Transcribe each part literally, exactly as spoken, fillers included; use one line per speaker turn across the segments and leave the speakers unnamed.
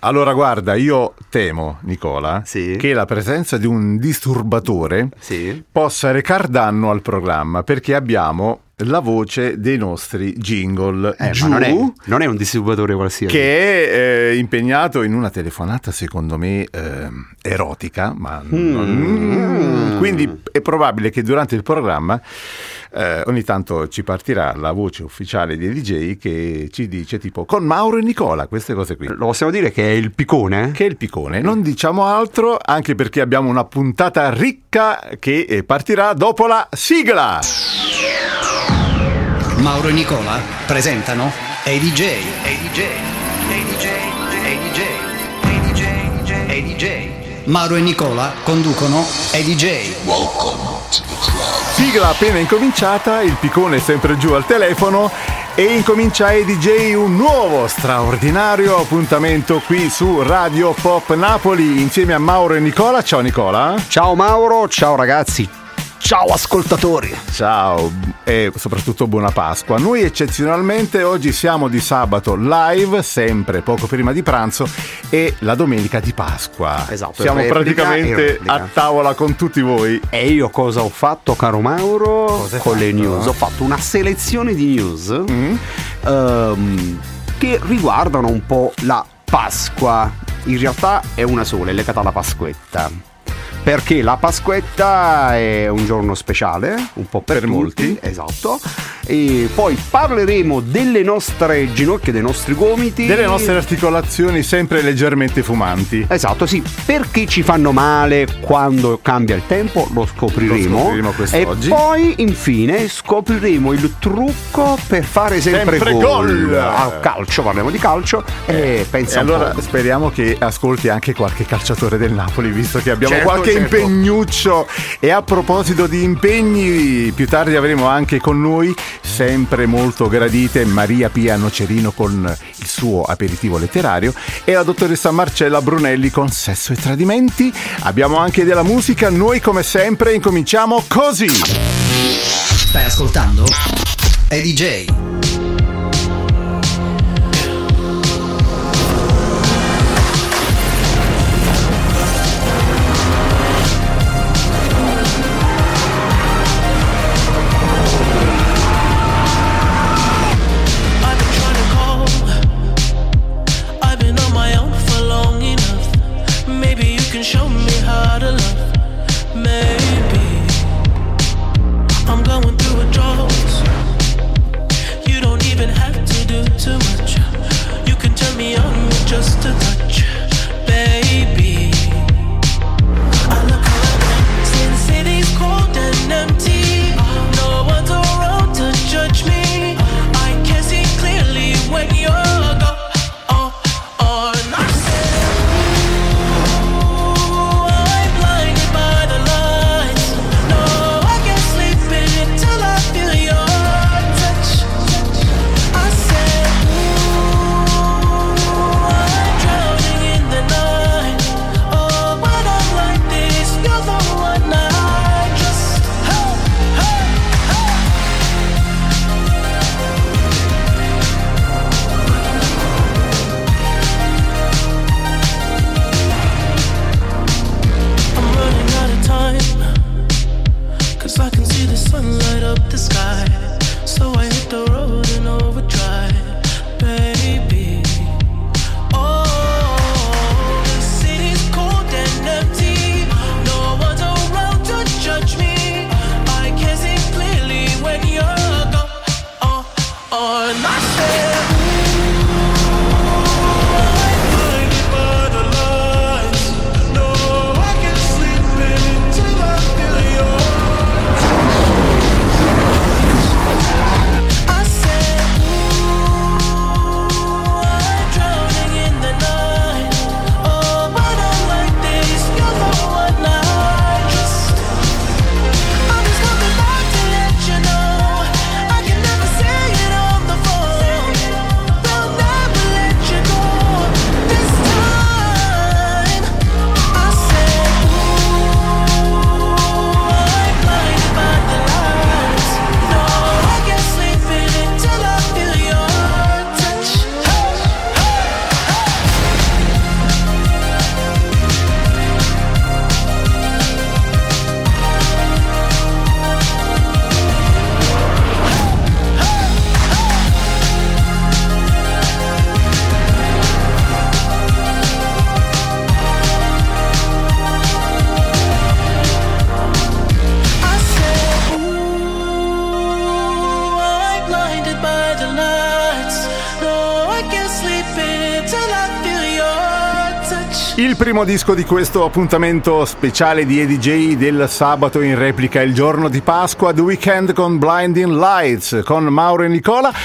Allora guarda, io temo, Nicola,
sì.
che la presenza di un disturbatore
sì.
possa recar danno al programma, perché abbiamo la voce dei nostri jingle
eh,
giù,
ma non è, non è un disturbatore qualsiasi,
che è eh, impegnato in una telefonata secondo me eh, erotica, ma
mm.
non, mm, quindi è probabile che durante il programma Eh, ogni tanto ci partirà la voce ufficiale dei D J che ci dice tipo con Mauro e Nicola, queste cose qui.
Lo possiamo dire che è il piccone?
Che è il piccone, non diciamo altro, anche perché abbiamo una puntata ricca che partirà dopo la sigla.
Mauro e Nicola presentano Hey D J, Hey D J, Hey D J, Hey D J, Hey D J, Hey D J. Mauro e Nicola conducono Hey D J.
Welcome to the club.
Sigla appena incominciata, il piccone è sempre giù al telefono e incomincia Hey D J, un nuovo straordinario appuntamento qui su Radio Pop Napoli insieme a Mauro e Nicola. Ciao Nicola.
Ciao Mauro, ciao ragazzi. Ciao ascoltatori.
Ciao e soprattutto buona Pasqua. Noi eccezionalmente oggi siamo di sabato live, sempre poco prima di pranzo, e la domenica di Pasqua.
Esatto.
Siamo
replica,
praticamente a tavola con tutti voi.
E io cosa ho fatto, caro Mauro?
Cosa
con
fatto?
le news. Ho fatto una selezione di news
Mm.
um, che riguardano un po' la Pasqua. In realtà è una sola, è legata alla Pasquetta. Perché la Pasquetta è un giorno speciale, un po' per,
Per
tutti,
molti.
esatto. E poi parleremo delle nostre ginocchia, dei nostri gomiti,
Delle nostre articolazioni sempre leggermente fumanti.
esatto, sì, perché ci fanno male quando cambia il tempo, lo scopriremo.
Lo scopriremo quest'oggi.
E poi infine scopriremo il trucco per fare sempre,
Sempre
gol.
gol.
A calcio, parliamo di calcio e pensa
E
un
allora
po'.
speriamo che ascolti anche qualche calciatore del Napoli, visto che abbiamo
Certo,
qualche
certo.
impegnuccio. E a proposito di impegni, più tardi avremo anche con noi, sempre molto gradite, Maria Pia Nocerino con il suo aperitivo letterario e la dottoressa Marcella Brunelli con Sesso e Tradimenti. Abbiamo anche della musica, noi come sempre incominciamo così.
Stai ascoltando Hey D J.
Show me how to love. Maybe I'm going through a drought. You don't even have to do too much. You can turn me on with just a touch, baby. I look around since city's cold and empty. No one's around to judge me. I can see clearly when you're gone. Oh, oh, and I said, ooh.
Il primo disco di questo appuntamento speciale di E D J del sabato, in replica il giorno di Pasqua, The Weeknd con Blinding Lights con Mauro e Nicola.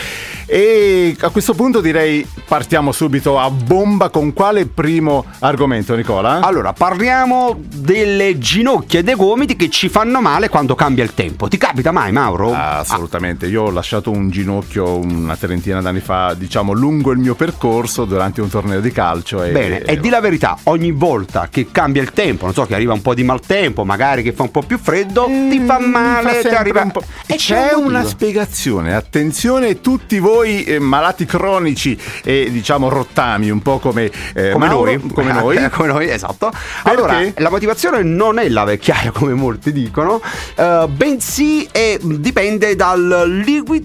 E a questo punto direi partiamo subito a bomba. Con quale primo argomento, Nicola?
Allora, parliamo delle ginocchia e dei gomiti che ci fanno male quando cambia il tempo. Ti capita mai, Mauro?
Ah, assolutamente. Io ho lasciato un ginocchio una trentina d'anni fa, diciamo lungo il mio percorso durante un torneo di calcio. E,
Bene, e, e di la verità, ogni volta che cambia il tempo, non so, che arriva un po' di maltempo, magari che fa un po' più freddo, mm, ti fa male,
fa
ti arriva
un po'.
E
c'è
c'è un
una
motivo.
spiegazione. Attenzione, tutti voi eh, malati cronici e diciamo rottami, un po' come, eh,
come
Mauro,
noi,
come noi.
come noi, esatto. Allora, la motivazione non è la vecchiaia, come molti dicono, uh, bensì è, dipende dal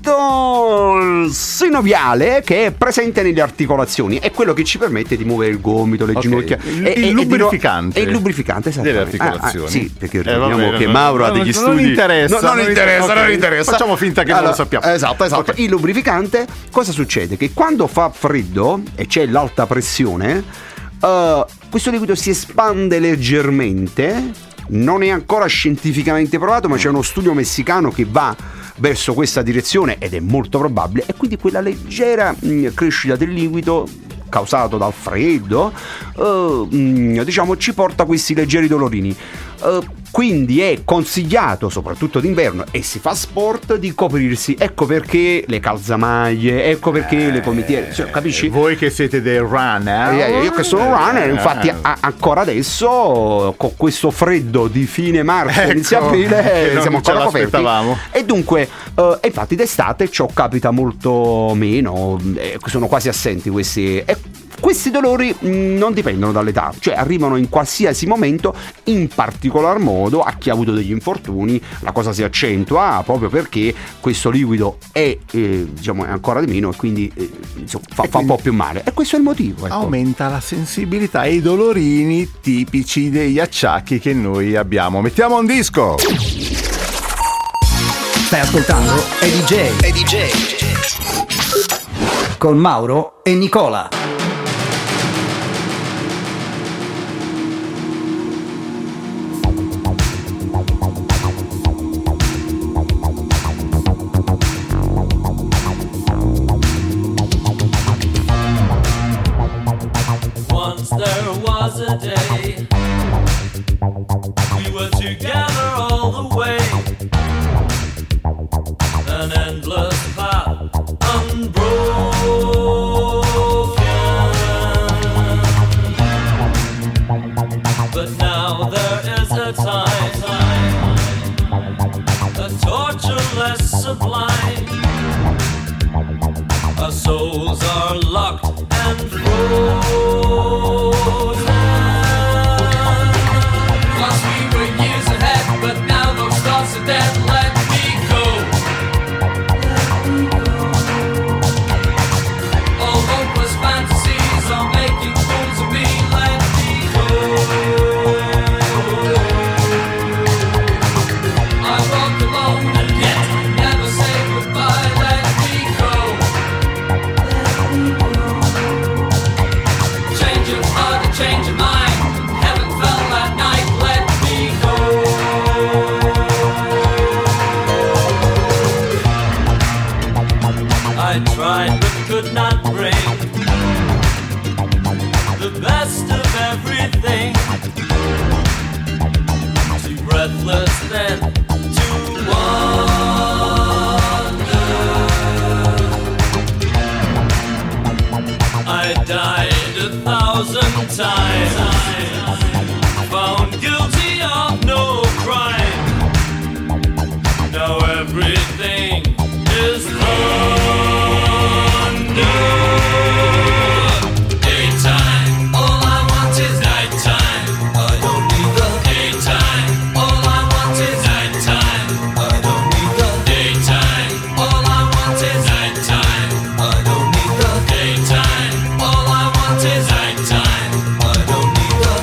liquido sinoviale che è presente nelle articolazioni. È quello che ci permette di muovere il gomito, le
Okay.
ginocchia.
Il,
e,
il
e,
lubrificante.
E il lubrificante,
delle
esattamente.
articolazioni.
Ah, ah, sì, perché
Eh,
ricordiamo
vabbè,
che
no,
Mauro
no,
ha degli
non
studi.
interessa,
No, non
non
interessa,
ok.
non interessa.
Facciamo finta che non lo sappiamo.
Esatto, esatto.
Ok.
Il lubrificante, cosa succede? Che quando fa freddo e c'è l'alta pressione, uh, questo liquido si espande leggermente. Non è ancora scientificamente provato, ma c'è uno studio messicano che va verso questa direzione ed è molto probabile. E quindi quella leggera mh, crescita del liquido causato dal freddo, uh, mh, diciamo, ci porta a questi leggeri dolorini. Uh, quindi è consigliato, soprattutto d'inverno, e si fa sport, di coprirsi. Ecco perché le calzamaglie, ecco perché le comitiere, cioè, capisci?
Voi che siete dei runner.
Eh, Io che sono un runner, infatti
Eh.
a- ancora adesso con questo freddo di fine marzo,
Ecco,
inizio aprile,
che non
siamo
ce
ancora coperti.
l'aspettavamo.
E dunque, eh, infatti d'estate ciò capita molto meno, eh, sono quasi assenti questi. E questi dolori mh, non dipendono dall'età, cioè arrivano in qualsiasi momento, in particolar modo a chi ha avuto degli infortuni. La cosa si accentua proprio perché questo liquido è, eh, diciamo, è ancora di meno e quindi eh, insomma, fa,
E
fa un
quindi
po' più male. E questo è il motivo. Ecco.
Aumenta la sensibilità ai dolorini tipici degli acciacchi che noi abbiamo. Mettiamo un disco.
Stai ascoltando E D J
E D J
con Mauro e Nicola.
Once there was a day we were together all the way, an endless path unbroken. But now there is a time, a torture less sublime. Our souls are locked and frozen. Once we were years ahead, but now those thoughts are dead. Let me go. All hopeless fantasies are making fools of me. Let me go. I walk alone and yet never say goodbye. Let me go. Change your heart and change your mind. Heaven fell that night. Let me go. I tried but could not bring the best of everything. Too breathless then to wonder. I died a thousand times, found guilty of no crime. Now everything is under. Daytime, all I want is nighttime. I don't need the daytime. All I want is nighttime. I don't need the daytime. All I want is nighttime. I don't need the daytime. All I want is nighttime. I don't need the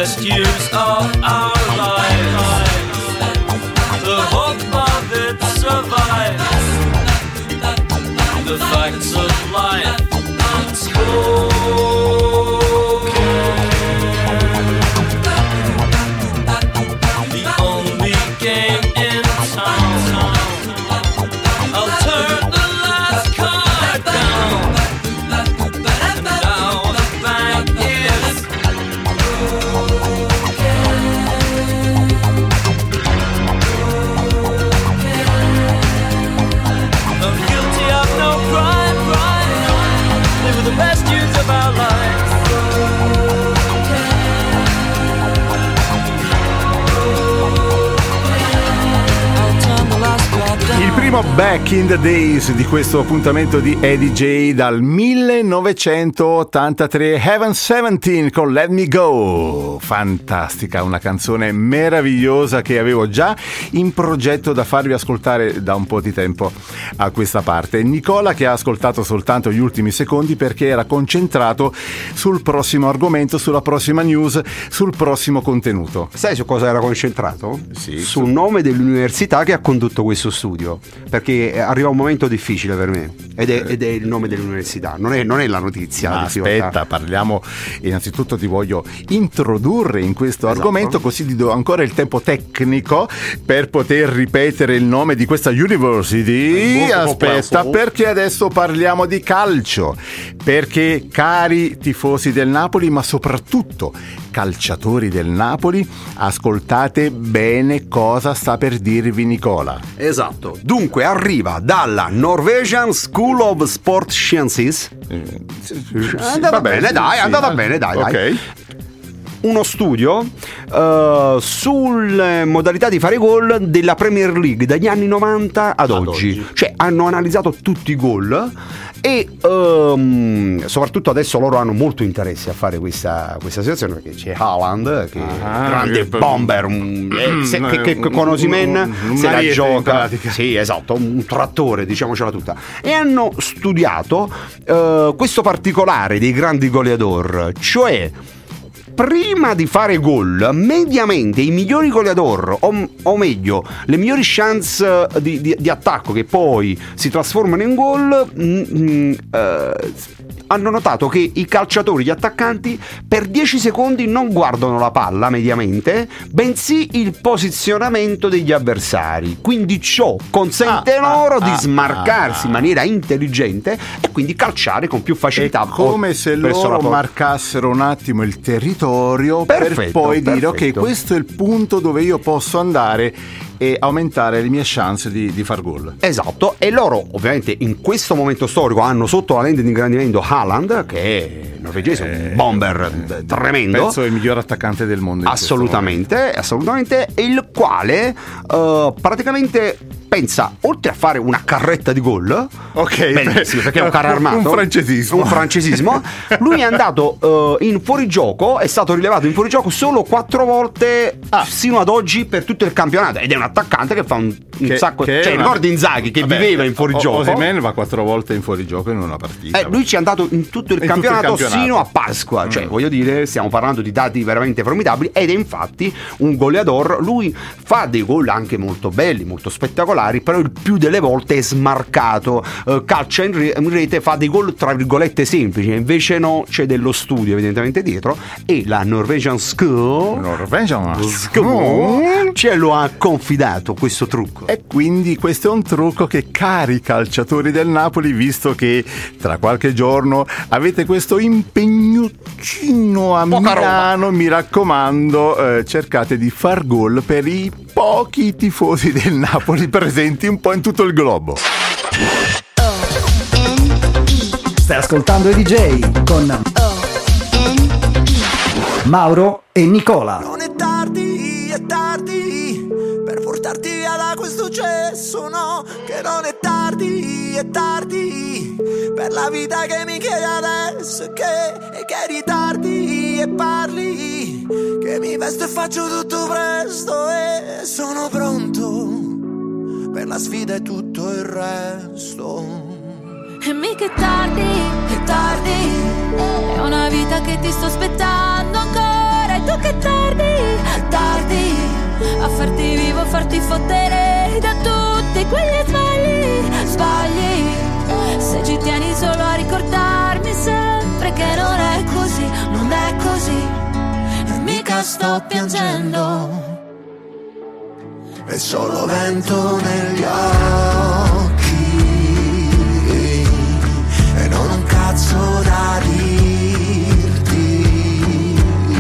best years of our lives. The hope of it survives. The facts of life unspoken. The only game in town. I'll turn the last card down. And now the bank is I'm guilty of no crime, crime. They were the best years of our lives. I'll turn the last card down.
Il primo Back in the Days di questo appuntamento di Eddie J dal millenovecentottantatré, Heaven diciassette con Let Me Go. Fantastica, una canzone meravigliosa che avevo già in progetto da farvi ascoltare da un po' di tempo a questa parte. Nicola che ha ascoltato soltanto gli ultimi secondi perché era concentrato sul prossimo argomento, sulla prossima news, sul prossimo contenuto.
Sai su cosa era concentrato?
Sì,
Sul
su-
nome dell'università che ha condotto questo studio, perché arriva un momento difficile per me ed è, ed è il nome dell'università, non è, non è la notizia.
Ma
di
aspetta,
Fiotta.
parliamo. Innanzitutto ti voglio introdurre in questo
Esatto.
argomento, così ti do ancora il tempo tecnico per poter ripetere il nome di questa university.
Molto
Aspetta,
complesso.
perché adesso parliamo di calcio. Perché, cari tifosi del Napoli, ma soprattutto calciatori del Napoli, ascoltate bene cosa sta per dirvi Nicola.
Esatto. Dunque arriva dalla Norwegian School of Sport Sciences.
Eh,
È andata
vabbè,
bene, dai, è
sì,
andata
eh,
bene, dai,
ok.
dai. Uno studio eh, sulle modalità di fare gol della Premier League dagli anni novanta ad,
Ad
oggi.
oggi.
Cioè hanno analizzato tutti i gol e ehm, soprattutto adesso loro hanno molto interesse a fare questa, questa situazione perché c'è Haaland che
Ah,
è grande
che-
bomber un- eh, se- che, che
un-
con Osimhen
un- un
se la
ariete, in
gioca.
pratica.
Sì, esatto, un trattore, diciamocela tutta. E hanno studiato eh, questo particolare dei grandi goleador, cioè prima di fare gol, mediamente i migliori goleador, o, o meglio, le migliori chance di, di- di attacco che poi si trasformano in gol, mm, mm, eh, hanno notato che i calciatori, gli attaccanti, per dieci secondi non guardano la palla mediamente, bensì il posizionamento degli avversari. Quindi ciò consente
Ah,
loro
ah,
di
ah,
smarcarsi
ah.
in maniera intelligente e quindi calciare con più
È
facilità.
come se
verso la
loro
porta.
marcassero un attimo il territorio per
Perfetto,
poi dire ok,
perfetto.
questo è il punto dove io posso andare e aumentare le mie chance di, di far gol.
Esatto, e loro ovviamente in questo momento storico hanno sotto la lente di ingrandimento Haaland, che è norvegese, un bomber d- tremendo.
Penso è il miglior attaccante del mondo in questo
Assolutamente, assolutamente, il quale eh, praticamente pensa, oltre a fare una carretta di gol,
Ok,
bellissimo, perché è un carro armato,
un francesismo.
un francesismo, lui è andato eh, in fuorigioco, è stato rilevato in fuorigioco solo quattro volte
Ah.
sino ad oggi per tutto il campionato, ed è un attaccante che fa un, un
Che-
sacco,
che è
cioè
una-
ricordi Inzaghi che
Vabbè,
viveva in fuorigioco.
O- Osimhen va quattro volte in fuorigioco in una partita.
Eh, lui ci è andato in tutto il,
In tutto il
campionato,
campionato.
sino a Pasqua, cioè
Mm.
voglio dire, stiamo parlando di dati veramente formidabili, ed è infatti un goleador. Lui fa dei gol anche molto belli, molto spettacolari, però il più delle volte è smarcato, eh, calcia in, re- in rete, fa dei gol tra virgolette semplici, invece no, c'è dello studio evidentemente dietro, e la Norwegian School
Norwegian
School ce lo ha confidato questo trucco.
E quindi questo è un trucco che, cari calciatori del Napoli, visto che tra qualche giorno avete questo impegnuccino a
Poca
Milano, mi raccomando, eh, cercate di far gol per i pochi tifosi del Napoli presenti un po' in tutto il globo.
Stai ascoltando i D J con Mauro e Nicola.
Non è tardi, è tardi per portarti via da questo cesso, no, che non è tardi, è tardi per la vita che mi chiedi adesso, e che, e che ritardi e parli, che mi vesto e faccio tutto presto e sono pronto per la sfida e tutto il resto.
E mica è tardi, è tardi, è una vita che ti sto aspettando ancora, e tu che tardi. ti fotterei da tutti quegli sbagli, sbagli. Se ci tieni solo a ricordarmi sempre che non è così, non è così, e mica sto piangendo.
È solo vento negli occhi e non un cazzo da dirti.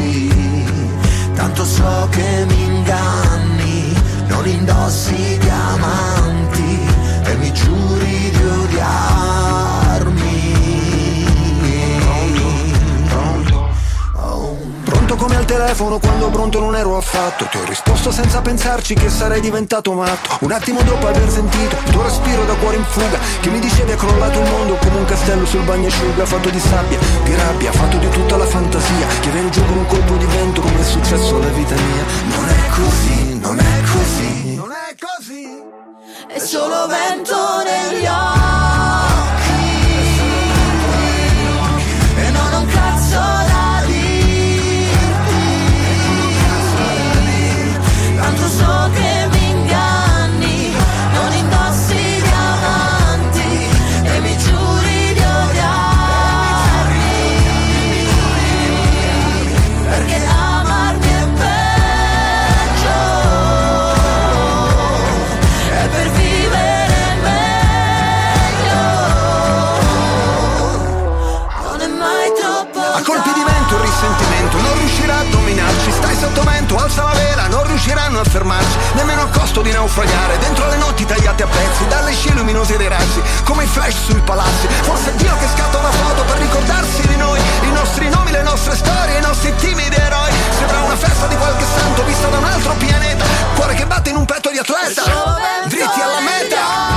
Tanto so che mi inganni, non indossi diamanti e mi giuri di odiarmi. Pronto, pronto, pronto come al telefono quando pronto non ero affatto. Ti ho risposto senza pensarci che sarei diventato matto. Un attimo dopo aver sentito il tuo respiro da cuore in fuga, che mi dicevi è crollato il mondo come un castello sul bagnasciuga, fatto di sabbia, di rabbia, fatto di tutta la fantasia, che viene giù con un colpo di vento come è successo alla vita mia. Non è così, non è così, non è così.
È solo vento negli occhi e non un cazzo da dirti. Tanto so che mi inganni, non indossi diamanti e mi giuri di odiarmi, perché amarmi è peggio, è per vivere meglio, non è mai troppo
a colpi di vento il risentimento non riuscirà a dominarci. Stai sotto vento, alza la vela, non riusciranno a fermarci, nemmeno a costo di naufragare dentro le notti tagliate a pezzi dalle scie luminose dei razzi, come i flash sui palazzi. Forse è Dio che scatta una foto per ricordarsi di noi, i nostri nomi, le nostre storie, i nostri timidi eroi. Sembra una festa di qualche santo vista da un altro pianeta, cuore che batte in un petto di atleta, dritti alla meta.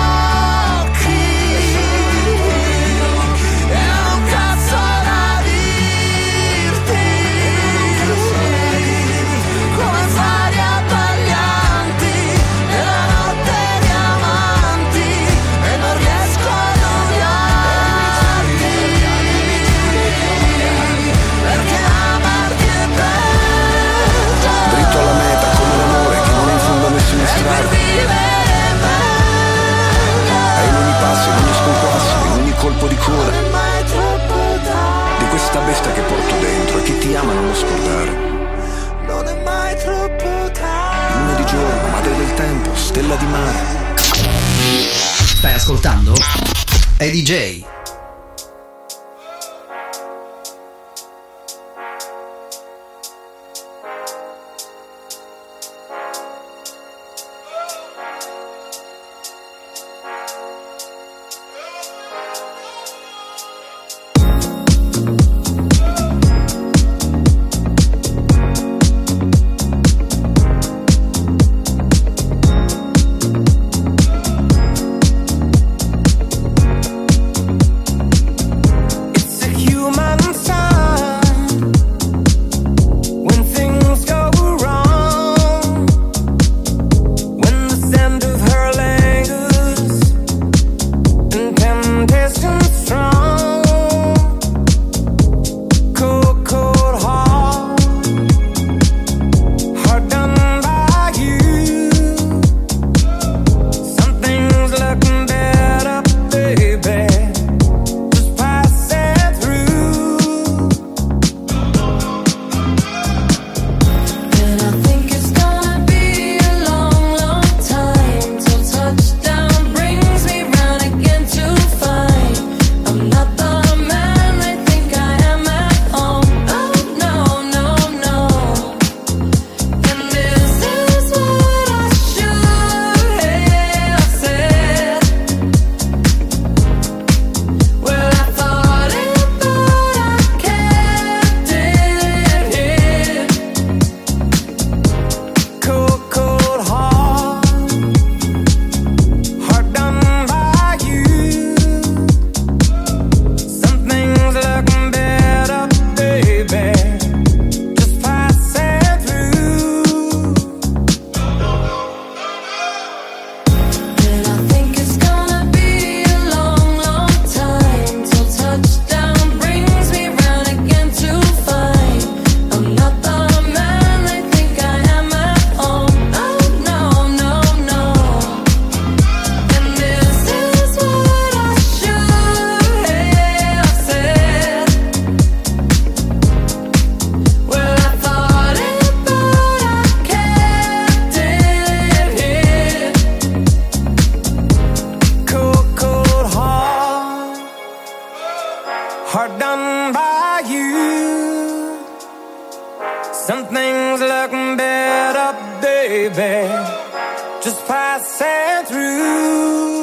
E in ogni passo, in ogni sconquasso, in ogni colpo di coda di questa bestia che porto dentro e che ti ama non lo scordare. Non è mai troppo tardi. Luna di giorno, madre del tempo, stella di mare.
Stai ascoltando? È D J.
Some things look better, baby, just passing through.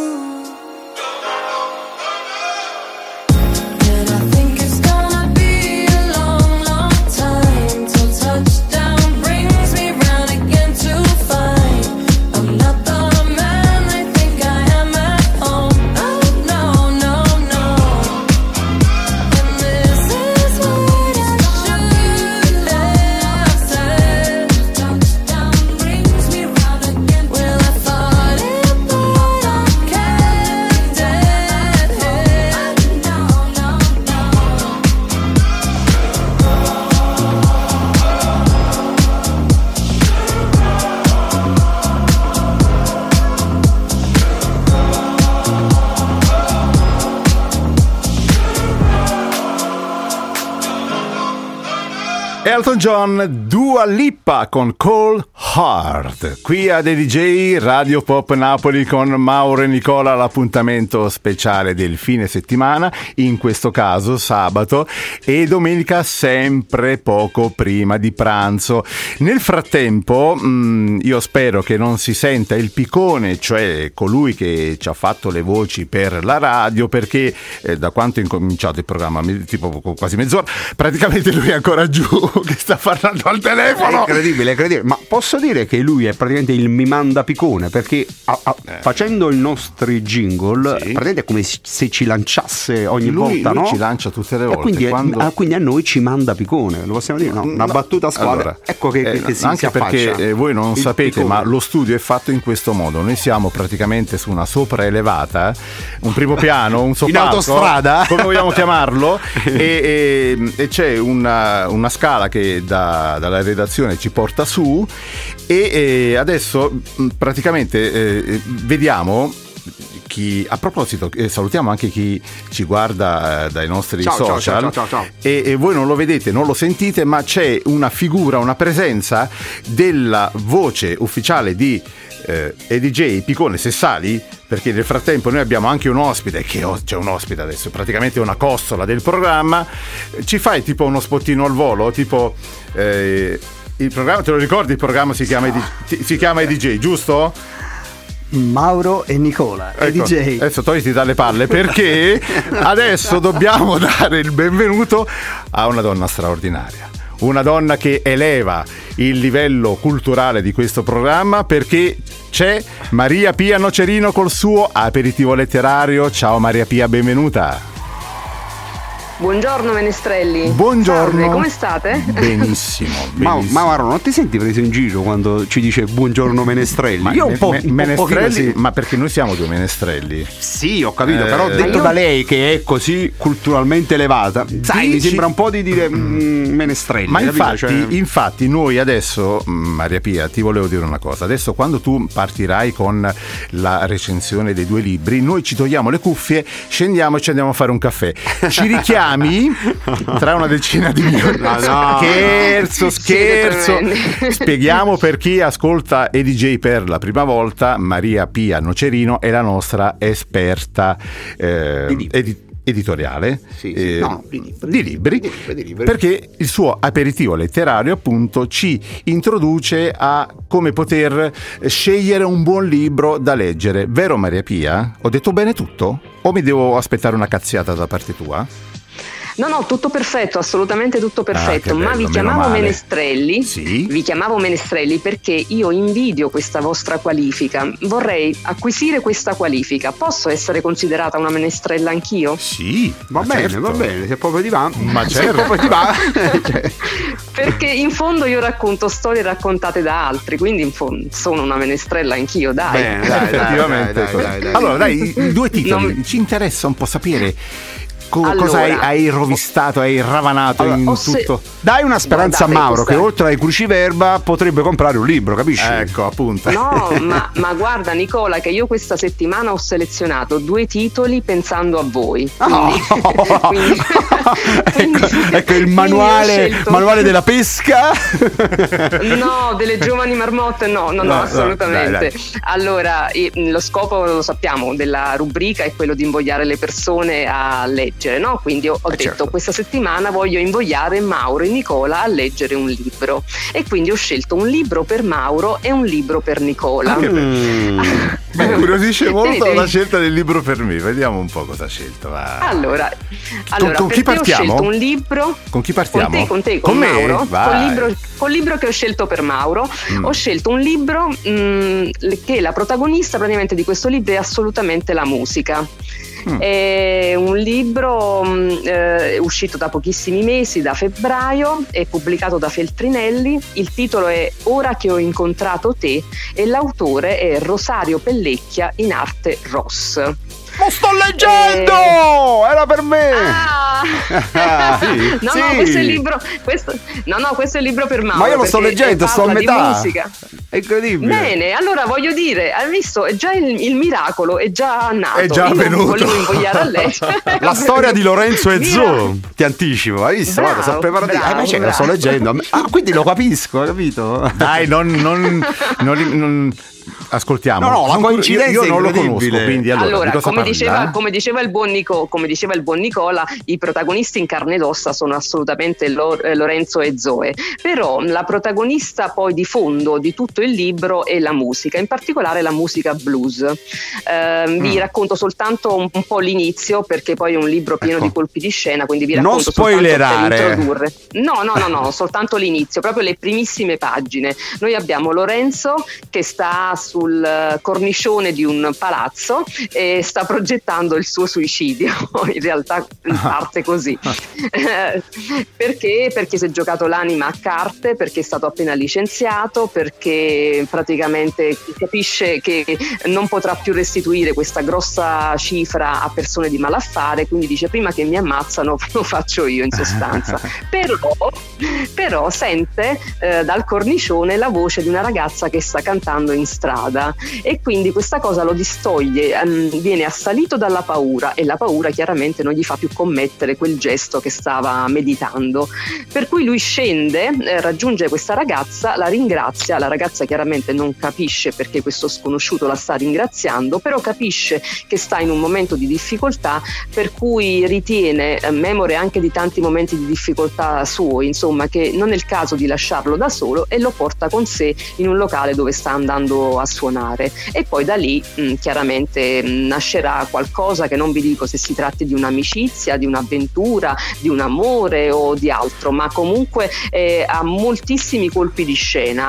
Elton John, Dua Lipa con Cold Heart. Qui ad E D J Radio Pop Napoli con Mauro e Nicola, l'appuntamento speciale del fine settimana, in questo caso sabato e domenica sempre poco prima di pranzo. Nel frattempo mh, io spero che non si senta il piccone, cioè colui che ci ha fatto le voci per la radio, perché eh, da quanto è incominciato il programma, tipo quasi mezz'ora, praticamente lui è ancora giù che sta parlando al telefono.
È incredibile, è incredibile. Ma posso dire che lui è praticamente il mi manda piccone, perché a, a, eh. facendo i nostri jingle, sì, praticamente è come se ci lanciasse ogni
lui,
volta,
lui
no?
ci lancia tutte le volte.
E quindi,
quando...
a, quindi a noi ci manda piccone, lo possiamo dire? No, una no. battuta a squadra. Allora,
ecco che, eh, che si anche si perché eh, voi non sapete, piccone. Ma lo studio è fatto in questo modo. Noi siamo praticamente su una sopraelevata, un primo piano, un soppalco,
in autostrada,
come vogliamo chiamarlo, e, e, e c'è una, una scala che da, dalla redazione ci porta su e, e adesso praticamente eh, vediamo chi, a proposito eh, salutiamo anche chi ci guarda eh, dai nostri
ciao,
social,
ciao, ciao, ciao, ciao.
E, e voi non lo vedete, non lo sentite, ma c'è una figura, una presenza della voce ufficiale di eh, E D J Piccone Sessali, perché nel frattempo noi abbiamo anche un ospite, che c'è un ospite adesso, praticamente una costola del programma. Ci fai tipo uno spottino al volo, tipo eh, il programma, te lo ricordi, il programma si chiama, Ed- si chiama E D J, giusto?
Mauro e Nicola, ecco, E D J.
Adesso togliti dalle palle, perché adesso dobbiamo dare il benvenuto a una donna straordinaria, una donna che eleva il livello culturale di questo programma, perché c'è Maria Pia Nocerino col suo aperitivo letterario. Ciao Maria Pia, benvenuta.
Buongiorno menestrelli.
Buongiorno.
Salve, come state?
Benissimo,
ma,
benissimo.
ma Mauro, non ti senti preso in giro quando ci dice buongiorno menestrelli?
Ma
io un po',
me,
un
menestrelli,
sì.
Ma perché noi siamo due menestrelli.
Sì, ho capito,
eh,
però detto
io...
da lei che è così culturalmente elevata, sai,
Dici...
mi sembra un po' di dire mm, menestrelli.
Ma infatti,
cioè...
infatti noi adesso, Maria Pia, ti volevo dire una cosa. Adesso quando tu partirai con la recensione dei due libri, noi ci togliamo le cuffie, scendiamo e ci andiamo a fare un caffè. Ci richiami tra una decina di minuti. No, no, scherzo, scherzo. Spieghiamo per chi ascolta E D J per la prima volta. Maria Pia Nocerino è la nostra esperta eh, edi- editoriale,
sì, sì.
Eh,
no, di, libri.
Di, libri,
di, libri, di libri,
perché il suo aperitivo letterario appunto ci introduce a come poter scegliere un buon libro da leggere. Vero Maria Pia? Ho detto bene tutto? O mi devo aspettare una cazziata da parte tua?
No, no, tutto perfetto, assolutamente tutto perfetto,
ah, bello,
ma vi chiamavo menestrelli,
sì?
vi chiamavo menestrelli perché io invidio questa vostra qualifica, vorrei acquisire questa qualifica, posso essere considerata una menestrella anch'io?
Sì,
va bene,
certo.
va bene, se proprio ti va,
ma certo.
se proprio ti va.
Perché in fondo io racconto storie raccontate da altri, quindi in fondo sono una menestrella anch'io, dai.
Bene, dai,
effettivamente.
Dai, dai, dai, dai.
Allora, dai, i due titoli,
non...
ci interessa un po' sapere. Co-
allora,
cosa hai, hai rovistato, hai ravanato
allora,
in
se...
tutto?
Dai una speranza
Guardate,
a Mauro
questa...
che oltre ai cruciverba potrebbe comprare un libro, capisci?
Ecco, appunto.
No, ma, ma guarda Nicola che io questa settimana ho selezionato due titoli pensando a voi. Quindi,
oh.
quindi...
ecco, ecco il manuale,
scelto...
manuale della pesca.
No, delle giovani marmotte no, no, no, no assolutamente. No, dai, dai. Allora, lo scopo lo sappiamo della rubrica è quello di invogliare le persone a leggere, no? Quindi ho, ho eh detto certo. Questa settimana voglio invogliare Mauro e Nicola a leggere un libro e quindi ho scelto un libro per Mauro e un libro per Nicola.
Mm. Mi incuriosisce molto la scelta del libro per me, vediamo un po' cosa ha scelto. Va.
Allora, allora
con, con chi partiamo?
Ho scelto un libro.
Con chi partiamo?
Con te, con te, con,
con
Mauro.
Me? Vai.
Col libro, col libro che ho scelto per Mauro. Mm. Ho scelto un libro mh, che la protagonista praticamente di questo libro è assolutamente la musica. Mm. È un libro eh, uscito da pochissimi mesi, da febbraio, è pubblicato da Feltrinelli. Il titolo è Ora che ho incontrato te e l'autore è Rosario Pellecchia, in arte Ross.
Lo sto leggendo! Eh... Era per me!
Ah.
ah, sì,
no,
sì.
no, questo è il libro. Questo, no, no, questo è il libro per Mauro.
Ma io lo sto leggendo, sto a metà.
Musica.
È incredibile.
Bene, allora voglio dire, hai visto? È già il, il miracolo, è già nato.
È già
io
avvenuto.
Volevo invogliare a lei.
La storia di Lorenzo e Zo. Ti anticipo, hai visto?
Bravo,
Guarda, sono preparato.
bravo,
eh, ma c'è, lo sto leggendo. Ah, quindi lo capisco, hai capito?
Dai, non. non, non, non... Ascoltiamo.
No, no, la coincidenza
io, io non lo
incredibile.
conosco, quindi allora,
allora
di cosa
come,
parla?
diceva, come, diceva il buon Nico, come diceva il buon Nicola, i protagonisti in carne ed ossa sono assolutamente Lo, eh, Lorenzo e Zoe, però la protagonista poi di fondo di tutto il libro è la musica, in particolare la musica blues. Eh, mm. Vi racconto soltanto un, un po' l'inizio, perché poi è un libro pieno ecco. di colpi di scena, quindi vi racconto
non spoilerare.
Per introdurre. No, no, no, no, soltanto l'inizio, proprio le primissime pagine. Noi abbiamo Lorenzo che sta sul cornicione di un palazzo e sta progettando il suo suicidio. In realtà parte così. Perché? Perché si è giocato l'anima a carte, perché è stato appena licenziato, perché praticamente capisce che non potrà più restituire questa grossa cifra a persone di malaffare, quindi dice prima che mi ammazzano lo faccio io, in sostanza. però, però sente eh, dal cornicione la voce di una ragazza che sta cantando in strada e quindi questa cosa lo distoglie, um, viene assalito dalla paura e la paura chiaramente non gli fa più commettere quel gesto che stava meditando, per cui lui scende, eh, raggiunge questa ragazza, la ringrazia, la ragazza chiaramente non capisce perché questo sconosciuto la sta ringraziando, però capisce che sta in un momento di difficoltà, per cui ritiene, eh, memore anche di tanti momenti di difficoltà suoi, insomma, che non è il caso di lasciarlo da solo e lo porta con sé in un locale dove sta andando a suonare. E poi da lì mh, chiaramente mh, nascerà qualcosa che non vi dico se si tratti di un'amicizia, di un'avventura, di un amore o di altro, ma comunque eh, ha moltissimi colpi di scena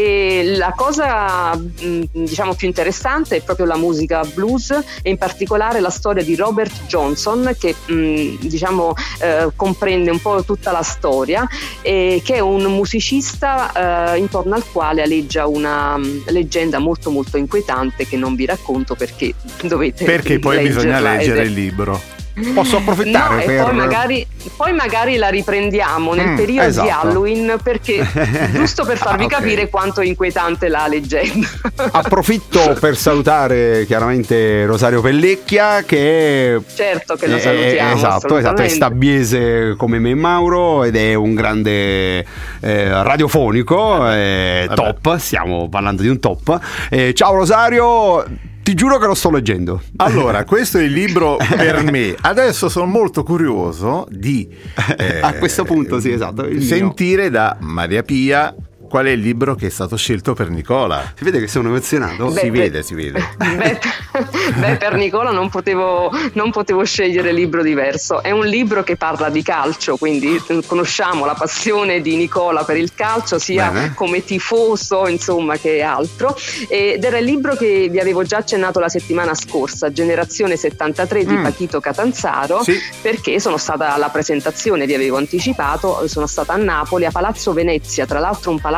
e la cosa mh, diciamo più interessante è proprio la musica blues e in particolare la storia di Robert Johnson che mh, diciamo eh, comprende un po' tutta la storia e che è un musicista eh, intorno al quale aleggia una mh, leggenda molto molto inquietante che non vi racconto perché dovete
perché poi bisogna leggere il libro.
Posso approfittare
no,
per...
e poi magari, poi magari la riprendiamo nel mm, periodo esatto. di Halloween perché giusto per farvi ah, okay. capire quanto è inquietante la leggenda.
Approfitto per salutare chiaramente Rosario Pellecchia che
certo che lo salutiamo,
è, esatto, esatto, è stabbiese come me e Mauro ed è un grande eh, radiofonico eh, top, stiamo parlando di un top. Eh, ciao Rosario, ti giuro che lo sto leggendo.
Allora, questo è il libro per me. Adesso sono molto curioso di
eh, a questo punto, sì, esatto,
sentire mio. da Maria Pia qual è il libro che è stato scelto per Nicola.
Si vede che sono emozionato?
Beh,
si
beh,
vede, si vede.
Beh, beh, per Nicola non potevo, non potevo scegliere libro diverso. È un libro che parla di calcio, quindi conosciamo la passione di Nicola per il calcio, sia Bene. come tifoso, insomma, che altro. Ed era il libro che vi avevo già accennato la settimana scorsa, Generazione settantatré di mm. Pachito Catanzaro,
sì.
perché sono stata alla presentazione, vi avevo anticipato, sono stata a Napoli, a Palazzo Venezia, tra l'altro un palazzo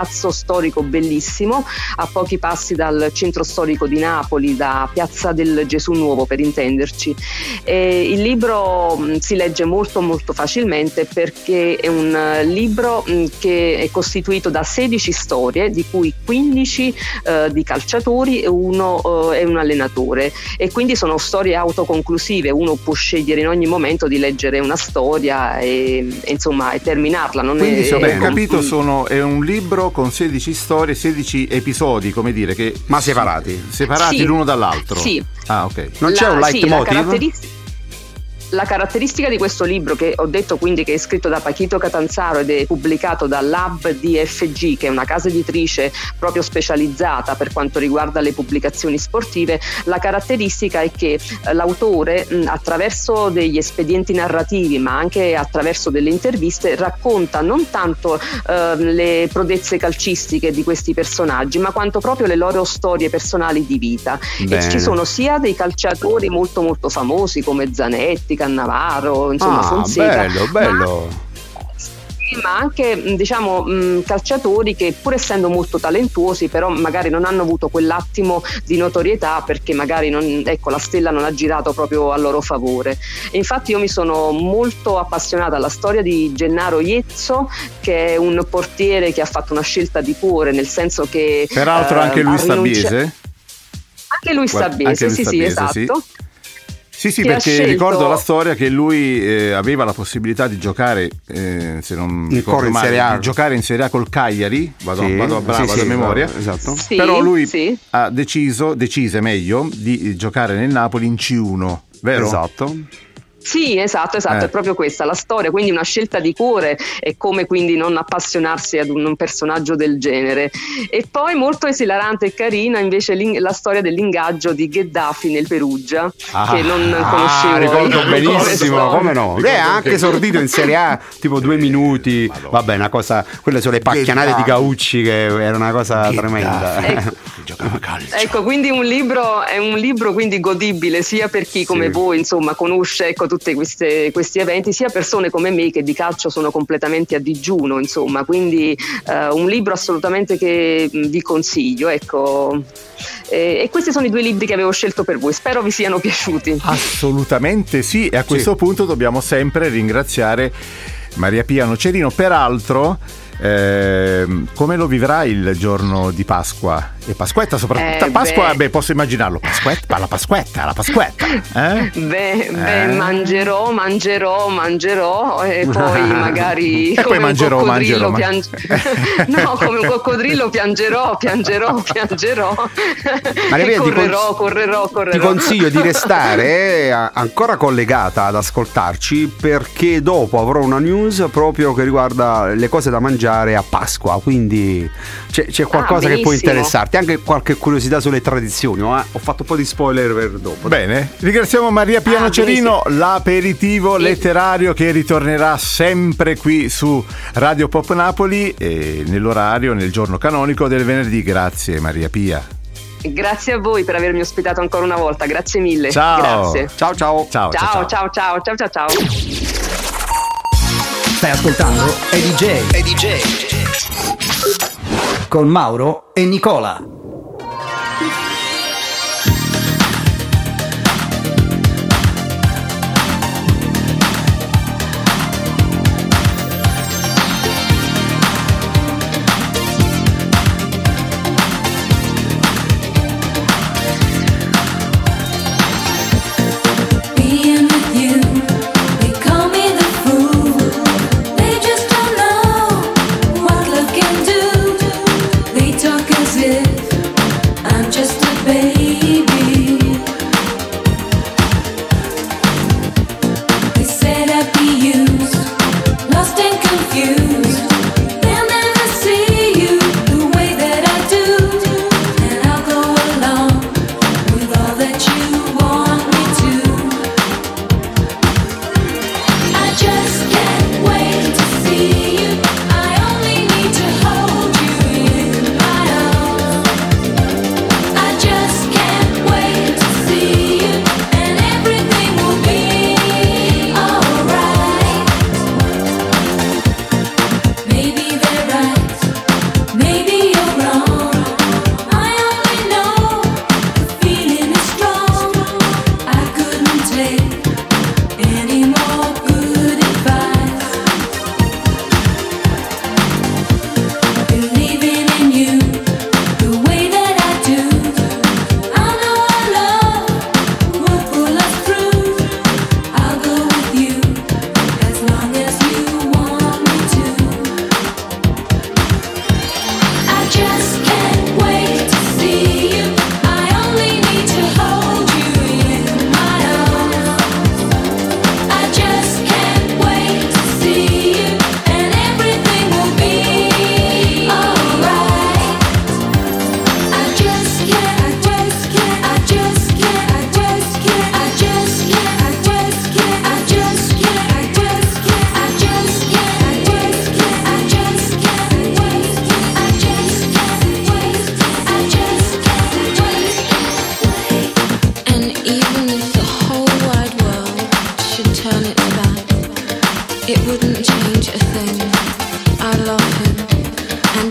palazzo storico bellissimo a pochi passi dal centro storico di Napoli, da Piazza del Gesù Nuovo per intenderci. E il libro mh, si legge molto molto facilmente perché è un uh, libro mh, che è costituito da sedici storie, di cui quindici uh, di calciatori e uno uh, è un allenatore, e quindi sono storie autoconclusive. Uno può scegliere in ogni momento di leggere una storia e, e insomma e terminarla. Non
quindi
è,
se ho ben
è,
capito sono, è un libro con sedici storie, sedici episodi, come dire, che
ma separati
separati
sì,
l'uno dall'altro.
Sì.
Ah, ok.
Non c'è
la,
un leitmotiv?
Sì, la caratteristica di questo libro, che ho detto quindi che è scritto da Pachito Catanzaro ed è pubblicato da Lab D F G, che è una casa editrice proprio specializzata per quanto riguarda le pubblicazioni sportive, la caratteristica è che l'autore mh, attraverso degli espedienti narrativi ma anche attraverso delle interviste racconta non tanto eh, le prodezze calcistiche di questi personaggi, ma quanto proprio le loro storie personali di vita.
Bene.
E ci sono sia dei calciatori molto molto famosi come Zanetti, Cannavaro, insomma
ah,
Fonseca,
bello, bello.
Ma, ma anche diciamo mh, calciatori che pur essendo molto talentuosi però magari non hanno avuto quell'attimo di notorietà perché magari non, ecco, la stella non ha girato proprio a loro favore. E infatti io mi sono molto appassionata alla storia di Gennaro Iezzo, che è un portiere che ha fatto una scelta di cuore, nel senso che
peraltro
eh,
anche lui sta
rinuncia-
biese.
Anche lui sta
Anche
biese,
lui
sì
sta
sì
biese,
esatto.
sì. Sì, sì,
Che ha
perché
scelto-
ricordo la storia che lui eh, aveva la possibilità di giocare, eh, se non
In
ricordo
coro in
male,
Serie A.
di giocare in Serie A col Cagliari, vado,
Sì,
vado a bravo,
sì,
vado
sì,
a memoria,
esatto.
Sì,
però lui
sì.
ha deciso, decise meglio, di giocare nel Napoli in C uno, vero?
Esatto.
Sì, esatto, esatto,
Eh.
è proprio questa la storia, quindi una scelta di cuore e come quindi non appassionarsi ad un, un personaggio del genere. E poi molto esilarante e carina invece l'in- la storia dell'ingaggio di Gheddafi nel Perugia,
Ah,
che non
Ah,
conoscevo.
ricordo
io.
benissimo,
Come
come no? Lei ha anche esordito in Serie A tipo due minuti. Vabbè, una cosa, quelle sono le pacchianate di Gaucci, che era una cosa tremenda.
Ecco.
Giocava a calcio.
Ecco, quindi un libro è un libro quindi godibile sia per chi come
Sì.
voi insomma conosce ecco tutti questi eventi, sia persone come me che di calcio sono completamente a digiuno, insomma, quindi eh, un libro assolutamente che mh, vi consiglio, ecco. E, e questi sono i due libri che avevo scelto per voi, spero vi siano piaciuti.
Assolutamente sì, e a questo
Sì.
punto dobbiamo sempre ringraziare Maria Pia Nocerino. Peraltro, ehm, come lo vivrà il giorno di Pasqua? E Pasquetta soprattutto.
Eh,
Pasqua, beh.
beh.
posso immaginarlo. Pasquetta, la Pasquetta, la Pasquetta. Eh?
Beh, beh,
Eh?
mangerò, mangerò, mangerò e poi magari
E
come
poi mangerò,
un coccodrillo
mangerò,
piange- no, come un coccodrillo piangerò, piangerò, piangerò
Maria
e
Pia, ti
correrò,
cons-
correrò, correrò.
Ti consiglio di restare eh, ancora collegata ad ascoltarci, perché dopo avrò una news proprio che riguarda le cose da mangiare a Pasqua, quindi c'è, c'è qualcosa che può
benissimo.
interessarti, anche qualche curiosità sulle tradizioni. Ho, ho fatto un po' di spoiler per dopo.
Bene, ringraziamo Maria Pia
Ah,
Nocerino, l'aperitivo letterario che ritornerà sempre qui su Radio Pop Napoli e nell'orario, nel giorno canonico del venerdì. Grazie Maria Pia.
Grazie a voi per avermi ospitato ancora una volta, grazie mille.
Ciao.
Grazie.
Ciao ciao.
Ciao,
Ciao, ciao, ciao, ciao, ciao, ciao.
Stai ascoltando E D J
E D J
con Mauro e Nicola.
Being with you, they call me the fool. They just don't know what love can do. They talk as if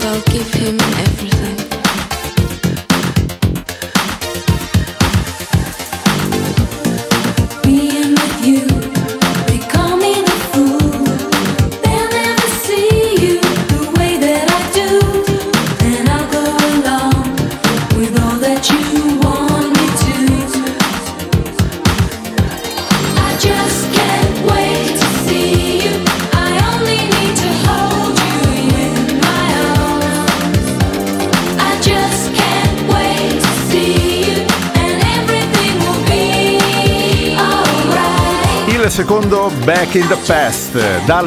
and I'll give him everything. Being with you, becoming a fool. They'll never see you the way that I do, and I'll go along with all that you want me to. I just can't wait to see you. I only need to hold you in my arms. I just can't wait to see you, and everything will be alright.
Il secondo Back in the Past dal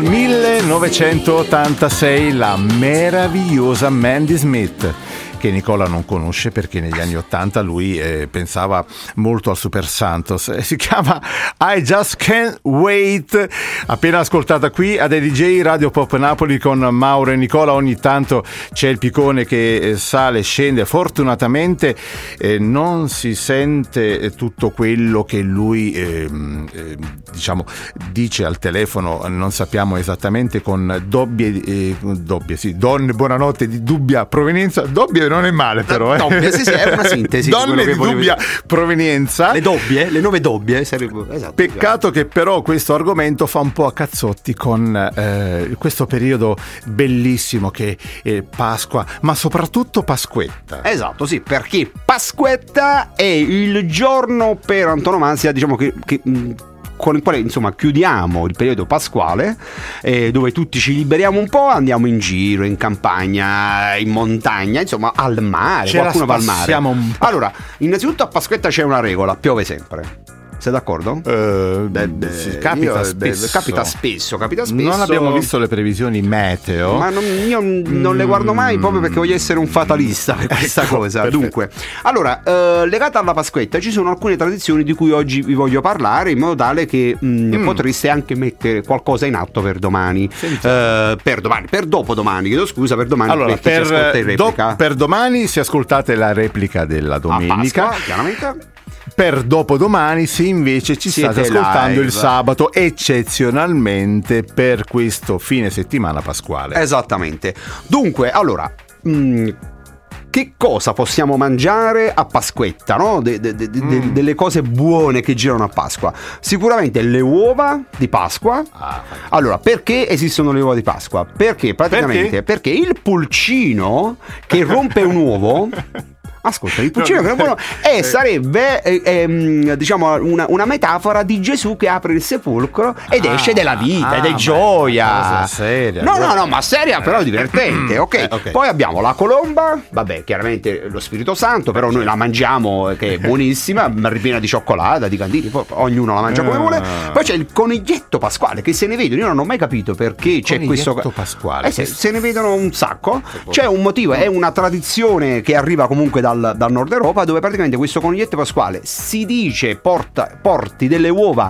millenovecentottantasei, la meravigliosa Mandy Smith, che Nicola non conosce perché negli anni ottanta lui eh, pensava molto al Super Santos. Si chiama I Just Can't Wait, appena ascoltata qui ad E D J Radio Pop Napoli con Mauro e Nicola. Ogni tanto c'è il piccone che eh, sale e scende, fortunatamente eh, non si sente eh, tutto quello che lui eh, eh, diciamo dice al telefono, non sappiamo esattamente, con dobbie eh, dobbie sì, donne buonanotte di dubbia provenienza. Dobbie non è male, però eh.
Dobbie, sì, sì, è una sintesi.
Donne di dubbia
dire.
provenienza.
Le dobbie, le nuove dobbie sarebbe... esatto,
Peccato che però questo argomento fa un po' a cazzotti con eh, questo periodo bellissimo che è Pasqua, ma soprattutto Pasquetta.
Esatto, sì, perché Pasquetta è il giorno per antonomasia, diciamo che, che mh, con il quale insomma chiudiamo il periodo pasquale, eh, dove tutti ci liberiamo un po', andiamo in giro, in campagna, in montagna, insomma al mare,
Ce
qualcuno
la
va al mare.
un po'.
Allora, innanzitutto a Pasquetta c'è una regola: piove sempre. Sei d'accordo?
Uh,
Beh, beh,
sì, capita,
io,
spesso.
Beh, capita spesso, capita spesso.
Non abbiamo visto le previsioni meteo.
Ma non, io non le guardo mai proprio perché voglio essere un fatalista per questa
Ecco,
cosa.
perfetto.
Dunque, allora, eh, legata alla Pasquetta ci sono alcune tradizioni di cui oggi vi voglio parlare, in modo tale che mh,
Mm.
potreste anche mettere qualcosa in atto per domani. Eh, per domani, per dopodomani, chiedo scusa, per domani.
Allora,
per, chi ci ascolta in
per, do-
replica.
per domani, se ascoltate la replica della
A
domenica,
Pasqua, chiaramente.
per dopodomani, se invece ci
Siete
state ascoltando
live.
il sabato, eccezionalmente per questo fine settimana pasquale.
Esattamente. Dunque, allora, mh, che cosa possiamo mangiare a Pasquetta, no? De- de- de- de-
Mm.
delle cose buone che girano a Pasqua. Sicuramente le uova di Pasqua.
Ah,
Allora, perché esistono le uova di Pasqua? Perché praticamente perché, il pulcino che rompe un uovo. Ascolta, il pulcino che rompe un uovo e sarebbe eh, ehm, diciamo una, una metafora di Gesù che apre il sepolcro ed
Ah,
esce della vita
ah,
ed è
ma
gioia.
è una cosa seria.
No, no, no, ma seria però divertente. Ok.
Eh, ok.
Poi abbiamo la colomba, vabbè, chiaramente lo Spirito Santo, però noi la mangiamo, che è buonissima, ripiena di cioccolata, di canditi, poi ognuno la mangia come
Ah.
vuole. Poi c'è il coniglietto pasquale, che se ne vedono, io non ho mai capito perché c'è questo
Coniglietto pasquale.
Eh sì, se ne vedono un sacco. C'è un motivo, è una tradizione che arriva comunque dal, dal nord Europa, dove praticamente questo coniglietto pasquale si dice porta, porti delle uova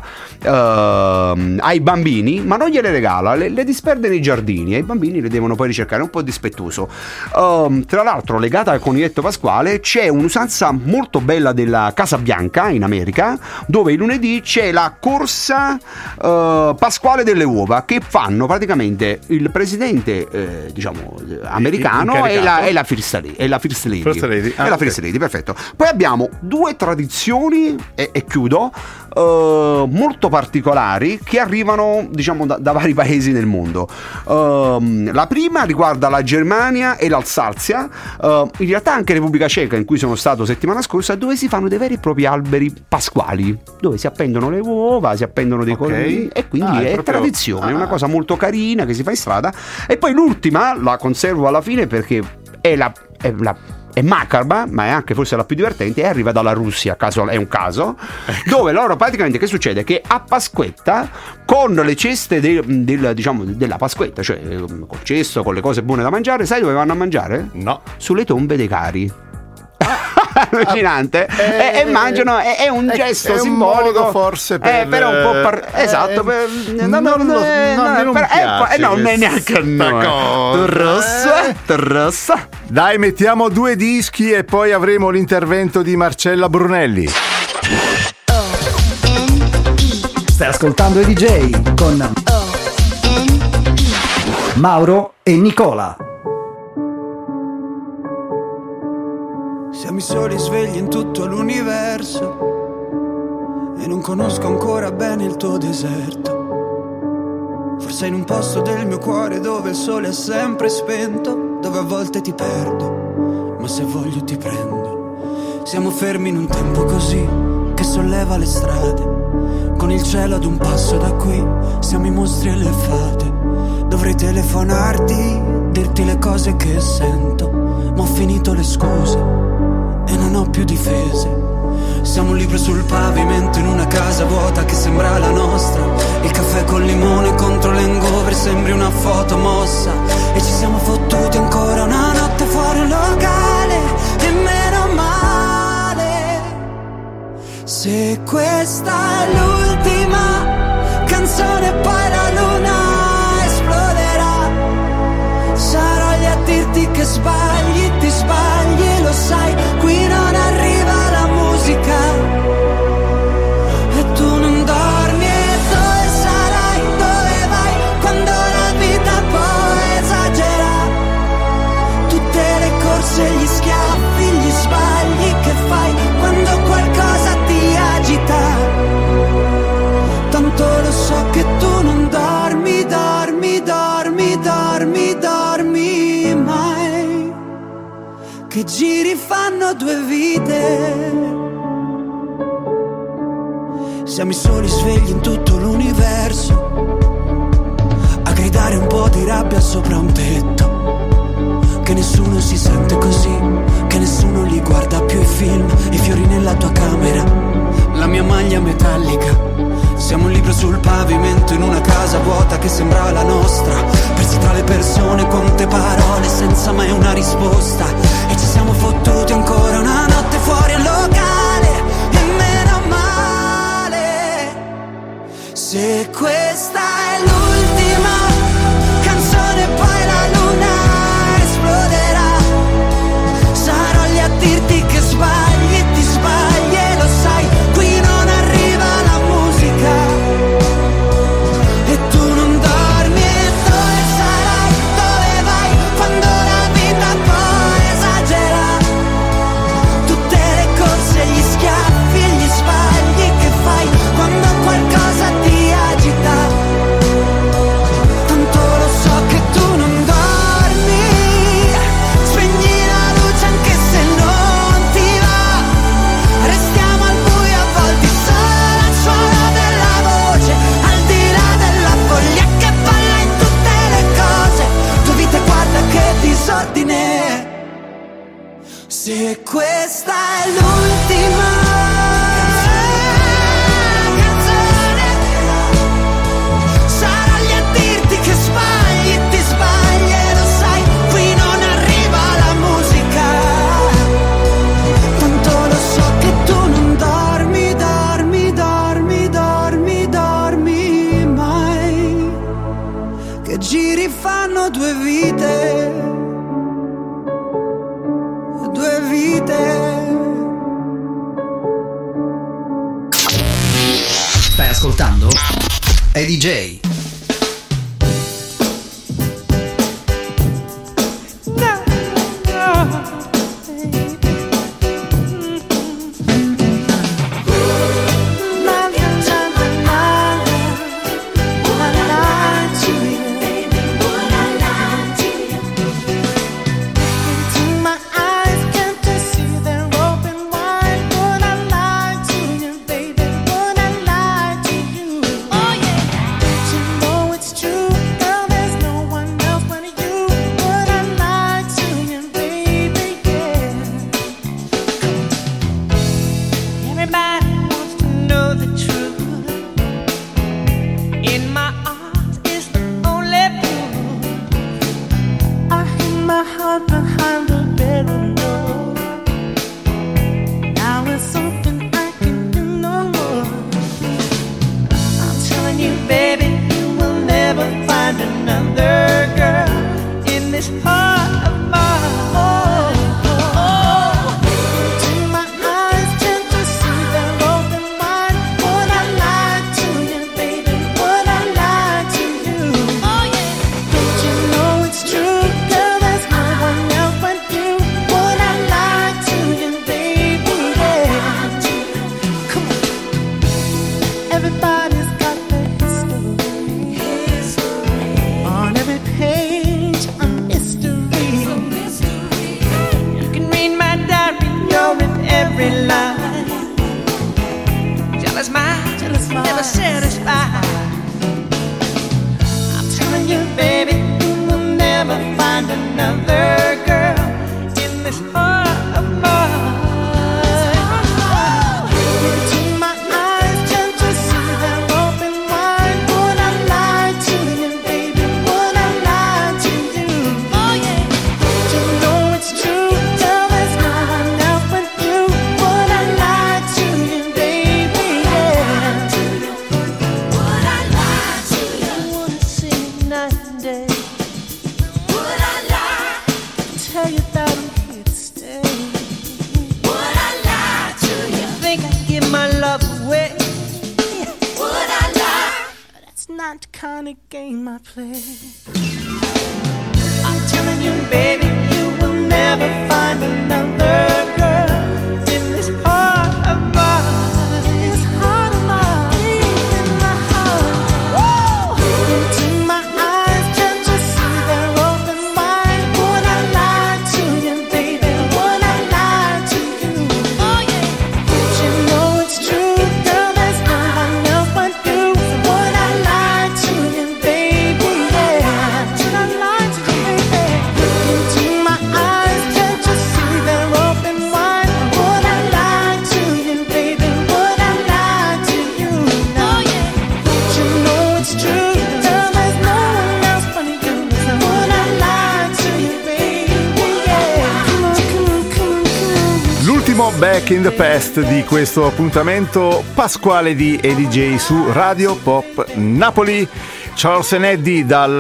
ehm, ai bambini, ma non gliele regala, le, le disperde nei giardini e i bambini le devono poi ricercare, è un po' dispettoso. Ehm, tra l'altro, legata al coniglietto pasquale c'è un'usanza molto bella della Casa Bianca in America, dove il lunedì c'è la corsa eh, pasquale delle uova, che fanno praticamente il presidente eh, diciamo americano e la, e la First Lady, e la First Lady,
First Lady. Ah,
e la
ok.
First Lady, perfetto. Poi abbiamo due tradizioni e, e chiudo eh, molto particolari che arrivano diciamo da, da vari paesi del mondo. Ehm, la prima riguarda la Germania e l'Alsazia, eh, in realtà anche Repubblica Ceca, in cui sono stato settimana scorsa, dove si fanno dei veri e propri alberi pasquali, dove si appendono le uova, si appendono dei
Ok.
colori e quindi
Ah, è
è,
proprio-
tradizione, è una
ah.
cosa molto carina che si fa in strada. E poi l'ultima la conservo alla fine perché è la, è la è macabra, ma è anche forse la più divertente, e arriva dalla Russia, caso, è un caso, dove loro praticamente che succede? Che a Pasquetta, con le ceste del, del, diciamo, della Pasquetta, cioè col cesto, con le cose buone da mangiare, sai dove vanno a mangiare?
No.
Sulle tombe dei cari. Allucinante.
Eh,
e, e mangiano, è, è un
è-
gesto
è un
simbolico,
modo forse per-
eh, però un po' par-
eh,
esatto, per,
non lo- non- a me non
per-
piace
eh, no, non è
questa
neanche a noi.
cosa.
Rossa, rossa.
Dai, mettiamo due dischi e poi avremo l'intervento di Marcella Brunelli.
Stai ascoltando i D J con Mauro e Nicola.
Siamo i soli svegli in tutto l'universo e non conosco ancora bene il tuo deserto. Forse in un posto del mio cuore dove il sole è sempre spento, dove a volte ti perdo, ma se voglio ti prendo. Siamo fermi in un tempo così che solleva le strade, con il cielo ad un passo da qui, siamo i mostri e le fate. Dovrei telefonarti, dirti le cose che sento, ma ho finito le scuse e non ho più difese. Siamo un libro sul pavimento in una casa vuota che sembra la nostra. Il caffè col limone contro l'hangover sembri una foto mossa. E ci siamo fottuti ancora una notte fuori un locale, e meno male. Se questa è l'ultima canzone poi la luna esploderà. Sarò lì a dirti che sbagli, ti sbagli, lo sai, qui non arriva la musica e tu non dormi. E dove sarai, dove vai, quando la vita poi esagera? Tutte le corse, gli schiaffi, gli sbagli che fai quando qualcosa ti agita. Tanto lo so che tu non dormi, dormi, dormi, dormi, dormi mai. Che giri fanno due vite. Siamo i soli svegli in tutto l'universo, a gridare un po' di rabbia sopra un tetto. Che nessuno si sente così, che nessuno li guarda più i film, i fiori nella tua camera, la mia maglia metallica. Siamo un libro sul pavimento in una casa vuota che sembra la nostra, persi tra le persone, quante parole senza mai una risposta. E ci siamo fottuti ancora una notte fuori al locale, e meno male. Se questa è l'ultima canzone poi la luna esploderà. Sarò lì a dirti che sbagli, ti sbagli e lo sai, qui non arriva la musica e tu non dormi. E dove sarai, dove vai, quando la vita poi esagera? Tutte le corse, gli schiaffi e gli sbagli che fai quando qualcosa ti agita. Tanto lo so che tu non dormi, spegni la luce anche se non ti va. Restiamo al buio a volte solo al suono della voce, al di là della foglia che balla in tutte le cose. Tua vita guarda che disordine. Se questa è l'ultima canzone, sarò lì a dirti che sbagli, ti sbagli e lo sai, qui non arriva la musica. Tanto lo so che tu non dormi, dormi, dormi, dormi, dormi mai. Che giri fanno due vite, due vite.
Stai ascoltando E D J.
Oh yeah.
every line. Jealous mind, jealous mind, never satisfied. I'm telling you, baby, you will never find another girl in this heart of mine. Into my eyes, can't you see they're open wide? Would I lie to you, baby? Would I lie to you? Oh yeah. You know it's true. Tell there's no one else but you. Would I lie to you, baby? Yeah. Would I lie to you? I wanna see night and day. Would I lie? Tell you that I'm here to stay. Would I lie to you? Think I'd give my love away? Would I lie? That's not the kind of game I play. I'm telling you, baby, you will never find another girl in this heart of mine. This heart of mine, deep in my heart. Woo! Into my eyes, can't you see they're open wide? Would I lie to you, baby? Would I lie to you? Oh yeah. Don't you know it's true, girl? There's no one else but you. Would I lie to you, baby? Yeah. Would I lie to you, baby? Into my eyes, can't you see they're open wide? Would I lie to you, baby? Would I lie to you? Oh yeah. Don't you know it's true, girl? There's no one else but you. Would I lie to you, baby? Yeah. Come on, come on, come on, come on.
L'ultimo Back in the Past di questo appuntamento pasquale di E D J su Radio Pop Napoli. Charles and Eddie dal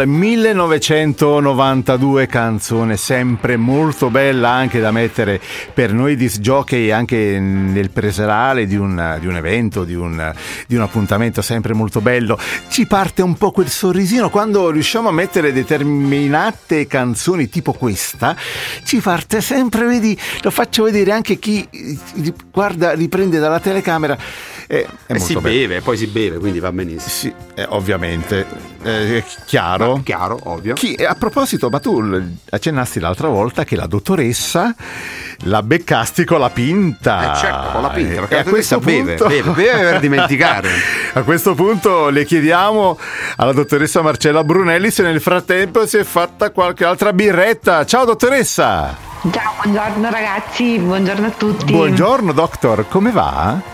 millenovecentonovantadue, canzone sempre molto bella, anche da mettere per noi disc jockey anche nel preserale di un, di un evento, di un, di un appuntamento sempre molto bello. Ci parte un po' quel sorrisino quando riusciamo a mettere determinate canzoni tipo questa, ci parte sempre, vedi, lo faccio vedere anche chi guarda, riprende dalla telecamera. È, è
e si
bello.
beve, poi si beve, quindi va benissimo.
Sì, eh, ovviamente, eh, chiaro.
Ma, chiaro, ovvio.
Chi, a proposito, ma tu accennasti l'altra volta che la dottoressa la beccasti con la pinta.
Eh certo, con la pinta, perché
e
la
a questo
dottoressa
punto,
beve, beve, beve per dimenticare.
A questo punto le chiediamo alla dottoressa Marcella Brunelli se nel frattempo si è fatta qualche altra birretta. Ciao dottoressa.
Ciao, buongiorno ragazzi, buongiorno a tutti.
Buongiorno doctor, come va?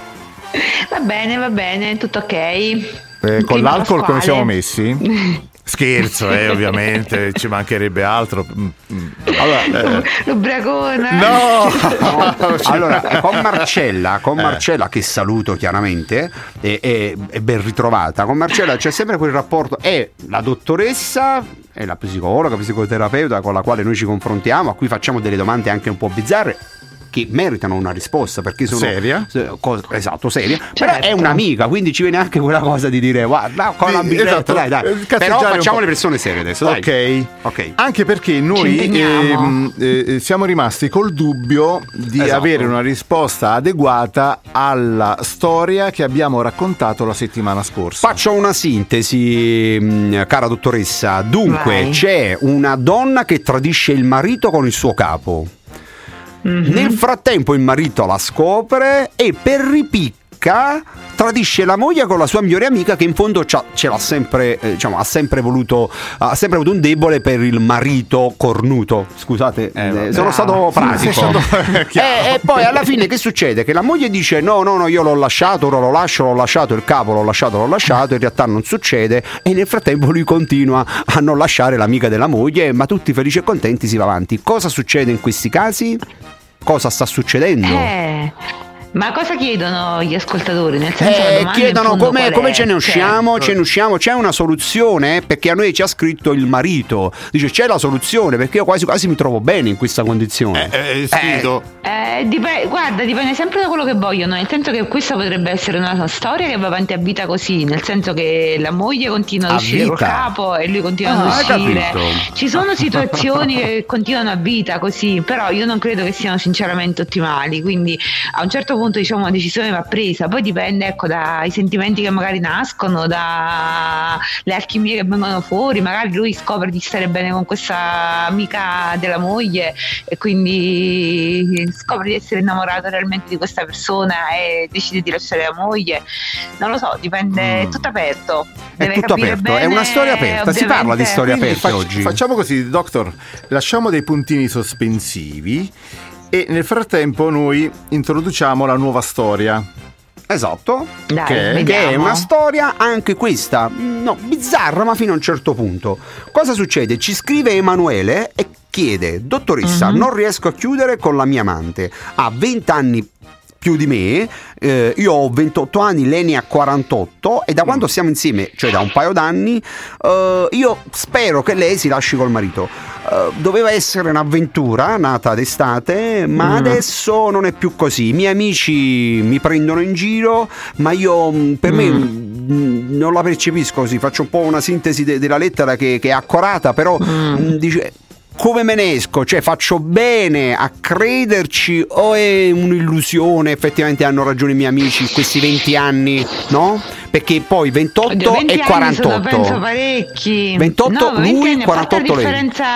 Va bene, va bene, tutto ok.
Eh, con
Clima
l'alcol come
pasquale.
siamo messi? Scherzo, eh, ovviamente, ci mancherebbe altro. Allora, eh.
L'ubriacona.
No!
Allora, con Marcella, con Marcella che saluto chiaramente, e, e, e ben ritrovata. Con Marcella c'è sempre quel rapporto, è la dottoressa, è la psicologa, psicoterapeuta con la quale noi ci confrontiamo, a cui facciamo delle domande anche un po' bizzarre, che meritano una risposta perché sono
seria,
cosa, esatto, seria,
certo.
Però è un'amica, quindi ci viene anche quella cosa di dire guarda con la birretta,
esatto,
dai dai, però facciamo le persone serie adesso, dai.
Ok,
ok.
Anche perché noi ehm, eh, siamo rimasti col dubbio di
esatto.
avere una risposta adeguata alla storia che abbiamo raccontato la settimana scorsa.
Faccio una sintesi, mh, cara dottoressa. Dunque,
Vai.
c'è una donna che tradisce il marito con il suo capo.
Mm-hmm.
Nel frattempo il marito la scopre e per ripicca tradisce la moglie con la sua migliore amica, che in fondo ce l'ha sempre, eh, diciamo, ha sempre voluto, ha sempre avuto un debole per il marito cornuto. Scusate, eh, sono stato pratico.
Stato...
e, e poi alla fine che succede? Che la moglie dice no, no, no, io l'ho lasciato, ora lo lascio, l'ho lasciato, il capo l'ho lasciato, l'ho lasciato, in realtà non succede, e nel frattempo lui continua a non lasciare l'amica della moglie, ma tutti felici e contenti si va avanti. Cosa succede in questi casi? Cosa sta succedendo?
Eh, ma cosa chiedono gli ascoltatori? Nel senso, la
Eh,
domanda
chiedono
in fondo
come,
qual
come
è?
ce ne usciamo,
Certo.
ce ne usciamo, c'è una soluzione? Perché a noi ci ha scritto il marito, dice c'è la soluzione perché io quasi quasi mi trovo bene in questa condizione.
Eh, eh, sfido.
Eh, dip- guarda, dipende sempre da quello che vogliono, nel senso che questa potrebbe essere una storia che va avanti a vita così, nel senso che la moglie continua ad
A
uscire col
vita?
capo e lui continua
Ah,
ad
hai
uscire.
capito.
Ci sono situazioni che continuano a vita così, però io non credo che siano sinceramente ottimali, quindi a un certo punto punto diciamo una decisione va presa, poi dipende ecco dai sentimenti che magari nascono, dalle alchimie che vengono fuori, magari lui scopre di stare bene con questa amica della moglie e quindi scopre di essere innamorato realmente di questa persona e decide di lasciare la moglie, non lo so, dipende, è tutto aperto,
È
deve
tutto
capire
aperto,
bene,
è una storia aperta, si parla di storie
Quindi
aperte
fac-
oggi.
Facciamo così, Doctor, lasciamo dei puntini sospensivi e nel frattempo noi introduciamo la nuova storia.
Esatto,
Dai,
che,
vediamo.
che è una storia anche questa, no, bizzarra ma fino a un certo punto. Cosa succede? Ci scrive Emanuele e chiede: dottoressa,
Mhm.
non riesco a chiudere con la mia amante, ha venti anni più di me, eh, io ho ventotto anni, lei ne ha quarantotto e da quando siamo insieme, cioè da un paio d'anni, eh, io spero che lei si lasci col marito. Eh, doveva essere un'avventura nata d'estate, ma
Mm.
adesso non è più così. I miei amici mi prendono in giro, ma io mh, per me
Mm.
mh, non la percepisco così. Faccio un po' una sintesi de- della lettera che, che è accorata, però mh, dice: come me ne esco? Cioè, faccio bene a crederci o è un'illusione? Effettivamente hanno ragione i miei amici, questi venti anni, no? Perché poi ventotto
Oddio, venti
e
anni
quarantotto.
sono, penso parecchi.
ventotto
no, venti
lui,
anni, a parte
quarantotto
la
lei.
differenza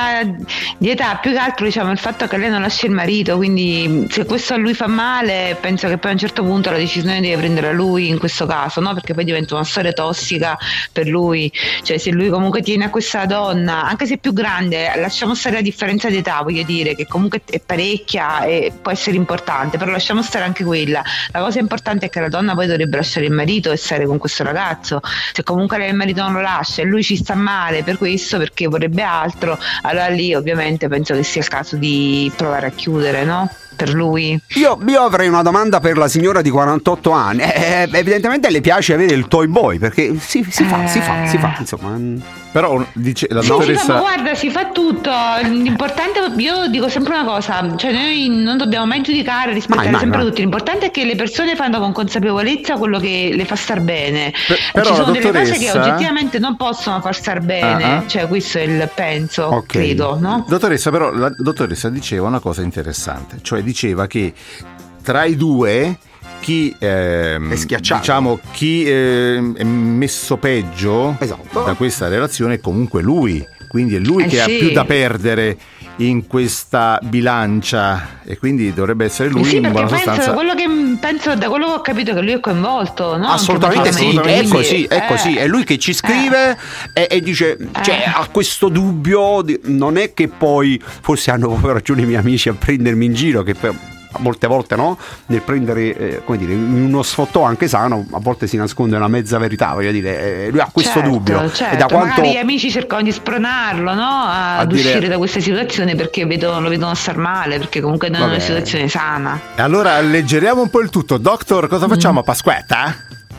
di età, più che altro diciamo il fatto che lei non lascia il marito, quindi se questo a lui fa male, penso che poi a un certo punto la decisione deve prendere lui in questo caso, no? Perché poi diventa una storia tossica per lui, cioè se lui comunque tiene a questa donna, anche se è più grande, lasciamo stare la differenza di età, voglio dire che comunque è parecchia e può essere importante, però lasciamo stare anche quella. La cosa importante è che la donna poi dovrebbe lasciare il marito e stare con questo ragazzo. Se comunque lei il marito non lo lascia e lui ci sta male per questo, perché vorrebbe altro, allora lì ovviamente penso che sia il caso di provare a chiudere, no? Per lui.
Io, io avrei una domanda per la signora di quarantotto anni. Eh, evidentemente le piace avere il toy boy, perché si, si fa, si fa, si fa, insomma.
Però dice la
Sì, sì, ma
dottoressa
guarda, si fa tutto. L'importante, io dico sempre una cosa, cioè noi non dobbiamo mai giudicare, rispettare
Mai, mai,
sempre
mai.
tutti. L'importante è che le persone fanno con consapevolezza quello che le fa star bene.
Per- però
Ci sono
la
delle cose che
dottoressa-
oggettivamente non possono far star bene,
Ah, ah.
cioè questo è il penso,
Ok.
credo, no?
Dottoressa, però la dottoressa diceva una cosa interessante, cioè diceva che tra i due chi ehm,
È schiacciato.
diciamo chi ehm, è messo peggio
Esatto.
da questa relazione è comunque lui, quindi è lui
Eh
che ha
sì.
più da perdere in questa bilancia e quindi dovrebbe essere lui
sì,
in
perché
buona
penso, da
sostanza.
quello che penso, da quello che ho capito, che lui è coinvolto, no?
Assolutamente
Anche
sì,
emotivamente,
è così, è
eh.
così. È lui che ci scrive e, e dice, cioè,
Eh.
ha questo dubbio. di- non è che poi forse hanno proprio ragione i miei amici a prendermi in giro, che per- molte volte no, nel prendere, eh, come dire, in uno sfottò anche sano, a volte si nasconde una mezza verità, voglio dire, eh, lui ha questo
Certo,
dubbio.
certo.
E da quanto
Magari gli amici cercano di spronarlo, no?
A
Ad
dire-
uscire da questa situazione perché vedono, lo vedono star male, perché comunque non è
Vabbè.
una situazione sana.
E allora alleggeriamo un po' il tutto. Doctor, cosa facciamo a Pasquetta?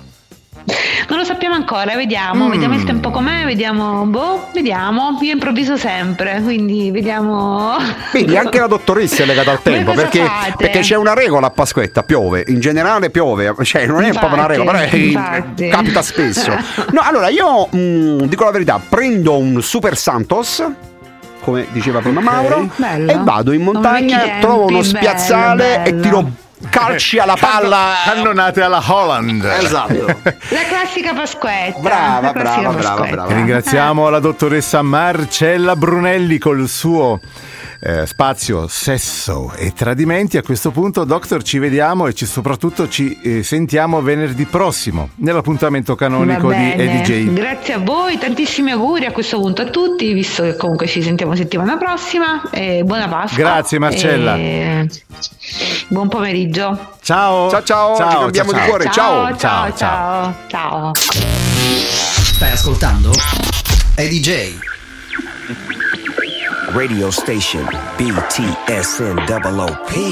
Non lo sappiamo ancora, vediamo,
Mm.
vediamo il tempo com'è, vediamo, boh, vediamo. Io improvviso sempre, quindi vediamo.
Quindi anche la dottoressa è legata al
Voi
tempo,
cosa
perché,
fate?
perché c'è una regola a Pasquetta, piove, in generale piove, cioè non è
Infatti,
proprio una regola, però è-
infatti.
capita spesso. No, allora io mh, dico la verità, prendo un Super Santos, come diceva prima Mauro,
Bello.
e vado in montagna,
Come vecchi
trovo uno
tempi,
spiazzale
bello,
e
bello.
tiro calci alla palla.
Cannonate alla Holland.
Esatto.
La classica Pasquetta.
Brava,
la classica
brava, brava,
Pasquetta.
brava.
Ringraziamo la dottoressa Marcella Brunelli col suo eh, spazio sesso e tradimenti. A questo punto, Doctor, ci vediamo e ci, soprattutto ci eh, sentiamo venerdì prossimo nell'appuntamento canonico
Va
di
bene.
E D J.
Grazie a voi, tantissimi auguri a questo punto a tutti, visto che comunque ci sentiamo settimana prossima. E buona Pasqua.
Grazie, Marcella.
E buon pomeriggio.
Ciao.
Ciao, ciao, ci cambiamo di cuore.
Ciao,
Ciao.
ciao, ciao, ciao.
Stai ascoltando Eddie J.
Radio station B T S N O O P.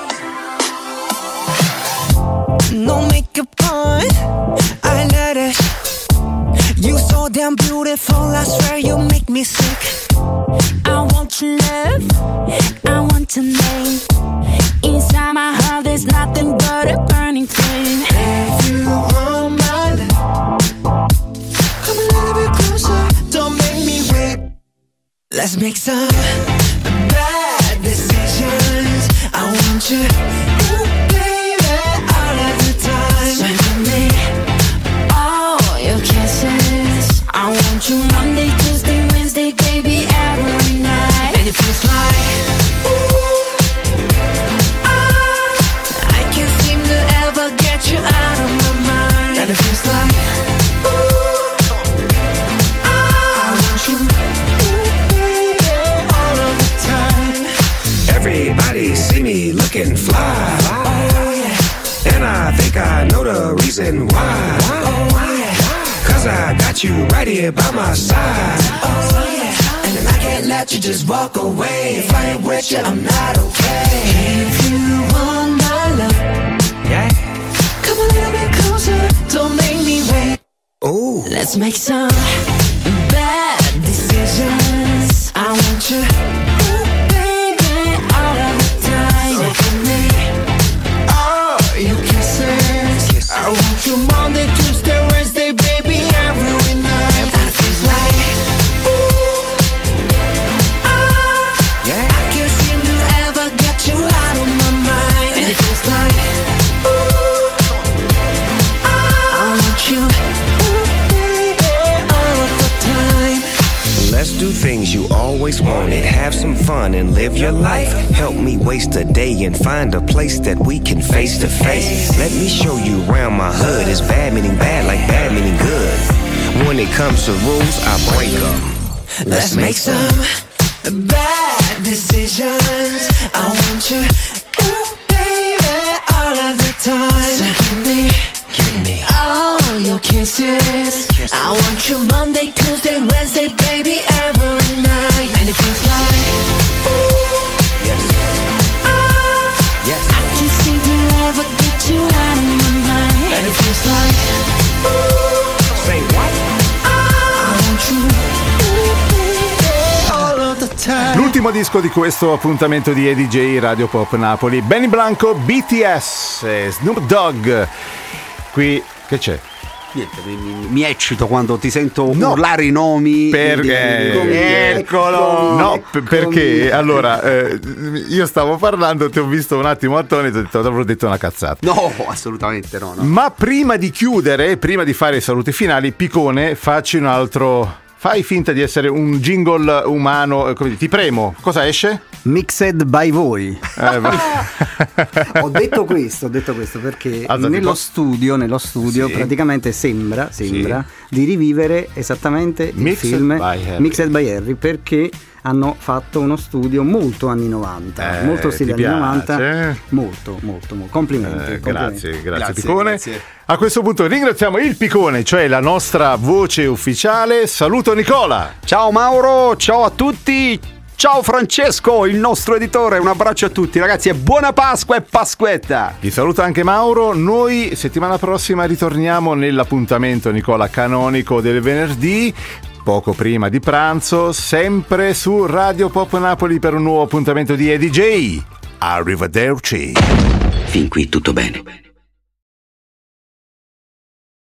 No makeup on, I let it. You so damn beautiful, I swear you make me sick. I want your love, I want your name. Inside my heart there's nothing but a burning flame. If you want my love, come a little bit closer, don't make me wait. Let's make some bad decisions. I want you, ooh, baby.
Everybody see me looking fly. Oh, yeah. And I think I know the reason why. Oh, yeah. Cause I got you right here by my side. Oh, yeah. And I can't let you just walk away. If I ain't with you, I'm not okay.
If you want my love,
yeah.
Come a little bit closer, don't make me wait.
Ooh.
Let's make some bad decisions. I want you, ooh, baby, all of the time. So give me all your kisses. kisses. I want you Monday, Tuesday, Wednesday, baby, every night. And it feels like, ooh, ah,
yeah.
I can't seem to ever get you out of my mind. And it feels like, ooh, ah, I want you.
Let's do things you always wanted. Have some fun and live your life. Help me waste a day and find a place that we can face to face. Let me show you around my hood. It's bad meaning bad like bad meaning good. When it comes to rules, I break them.
Let's make some bad decisions. I want you, ooh, baby, all of the time. So give me,
give me
all your kisses. I want you Monday, Tuesday, Wednesday, baby, every night. And it feels like, ooh,
yes,
ah,
yes.
I can't seem to ever get you out of my mind. And it feels like, ooh,
say what?
I want you, ooh, baby, all of the time.
L'ultimo disco di questo appuntamento di E D J Radio Pop Napoli, Benny Blanco, B T S, eh, Snoop Dogg. Qui che c'è?
Niente, mi, mi, mi eccito quando ti sento
no,
urlare i nomi.
Perché? Eccolo! No, p- perché allora eh, io stavo parlando, ti ho visto un attimo attonito, ho detto, avrò detto una cazzata.
No, assolutamente no, no.
Ma prima di chiudere, prima di fare i saluti finali, Piccone, facci un altro. Fai finta di essere un jingle umano, come ti premo. Cosa esce?
Mixed by voi.
Eh,
ho detto questo, ho detto questo perché
Alzati
nello studio, nello studio
sì.
praticamente sembra, sembra
sì.
di rivivere esattamente
Mixed
il film
by Harry.
Mixed by Harry, perché hanno fatto uno studio molto anni novanta,
Eh,
molto stile
ti
anni
piace?
novanta, molto, molto, molto. Complimenti,
Eh,
complimenti.
grazie, grazie,
Grazie,
Piccone.
grazie.
A questo punto ringraziamo il Piccone, cioè la nostra voce ufficiale. Saluto Nicola.
Ciao Mauro, ciao a tutti. Ciao Francesco, il nostro editore. Un abbraccio a tutti ragazzi e buona Pasqua e Pasquetta.
Vi saluta anche Mauro. Noi settimana prossima ritorniamo nell'appuntamento, Nicola, canonico del venerdì, poco prima di pranzo, sempre su Radio Pop Napoli per un nuovo appuntamento di E D J. Arrivederci.
Fin qui tutto bene.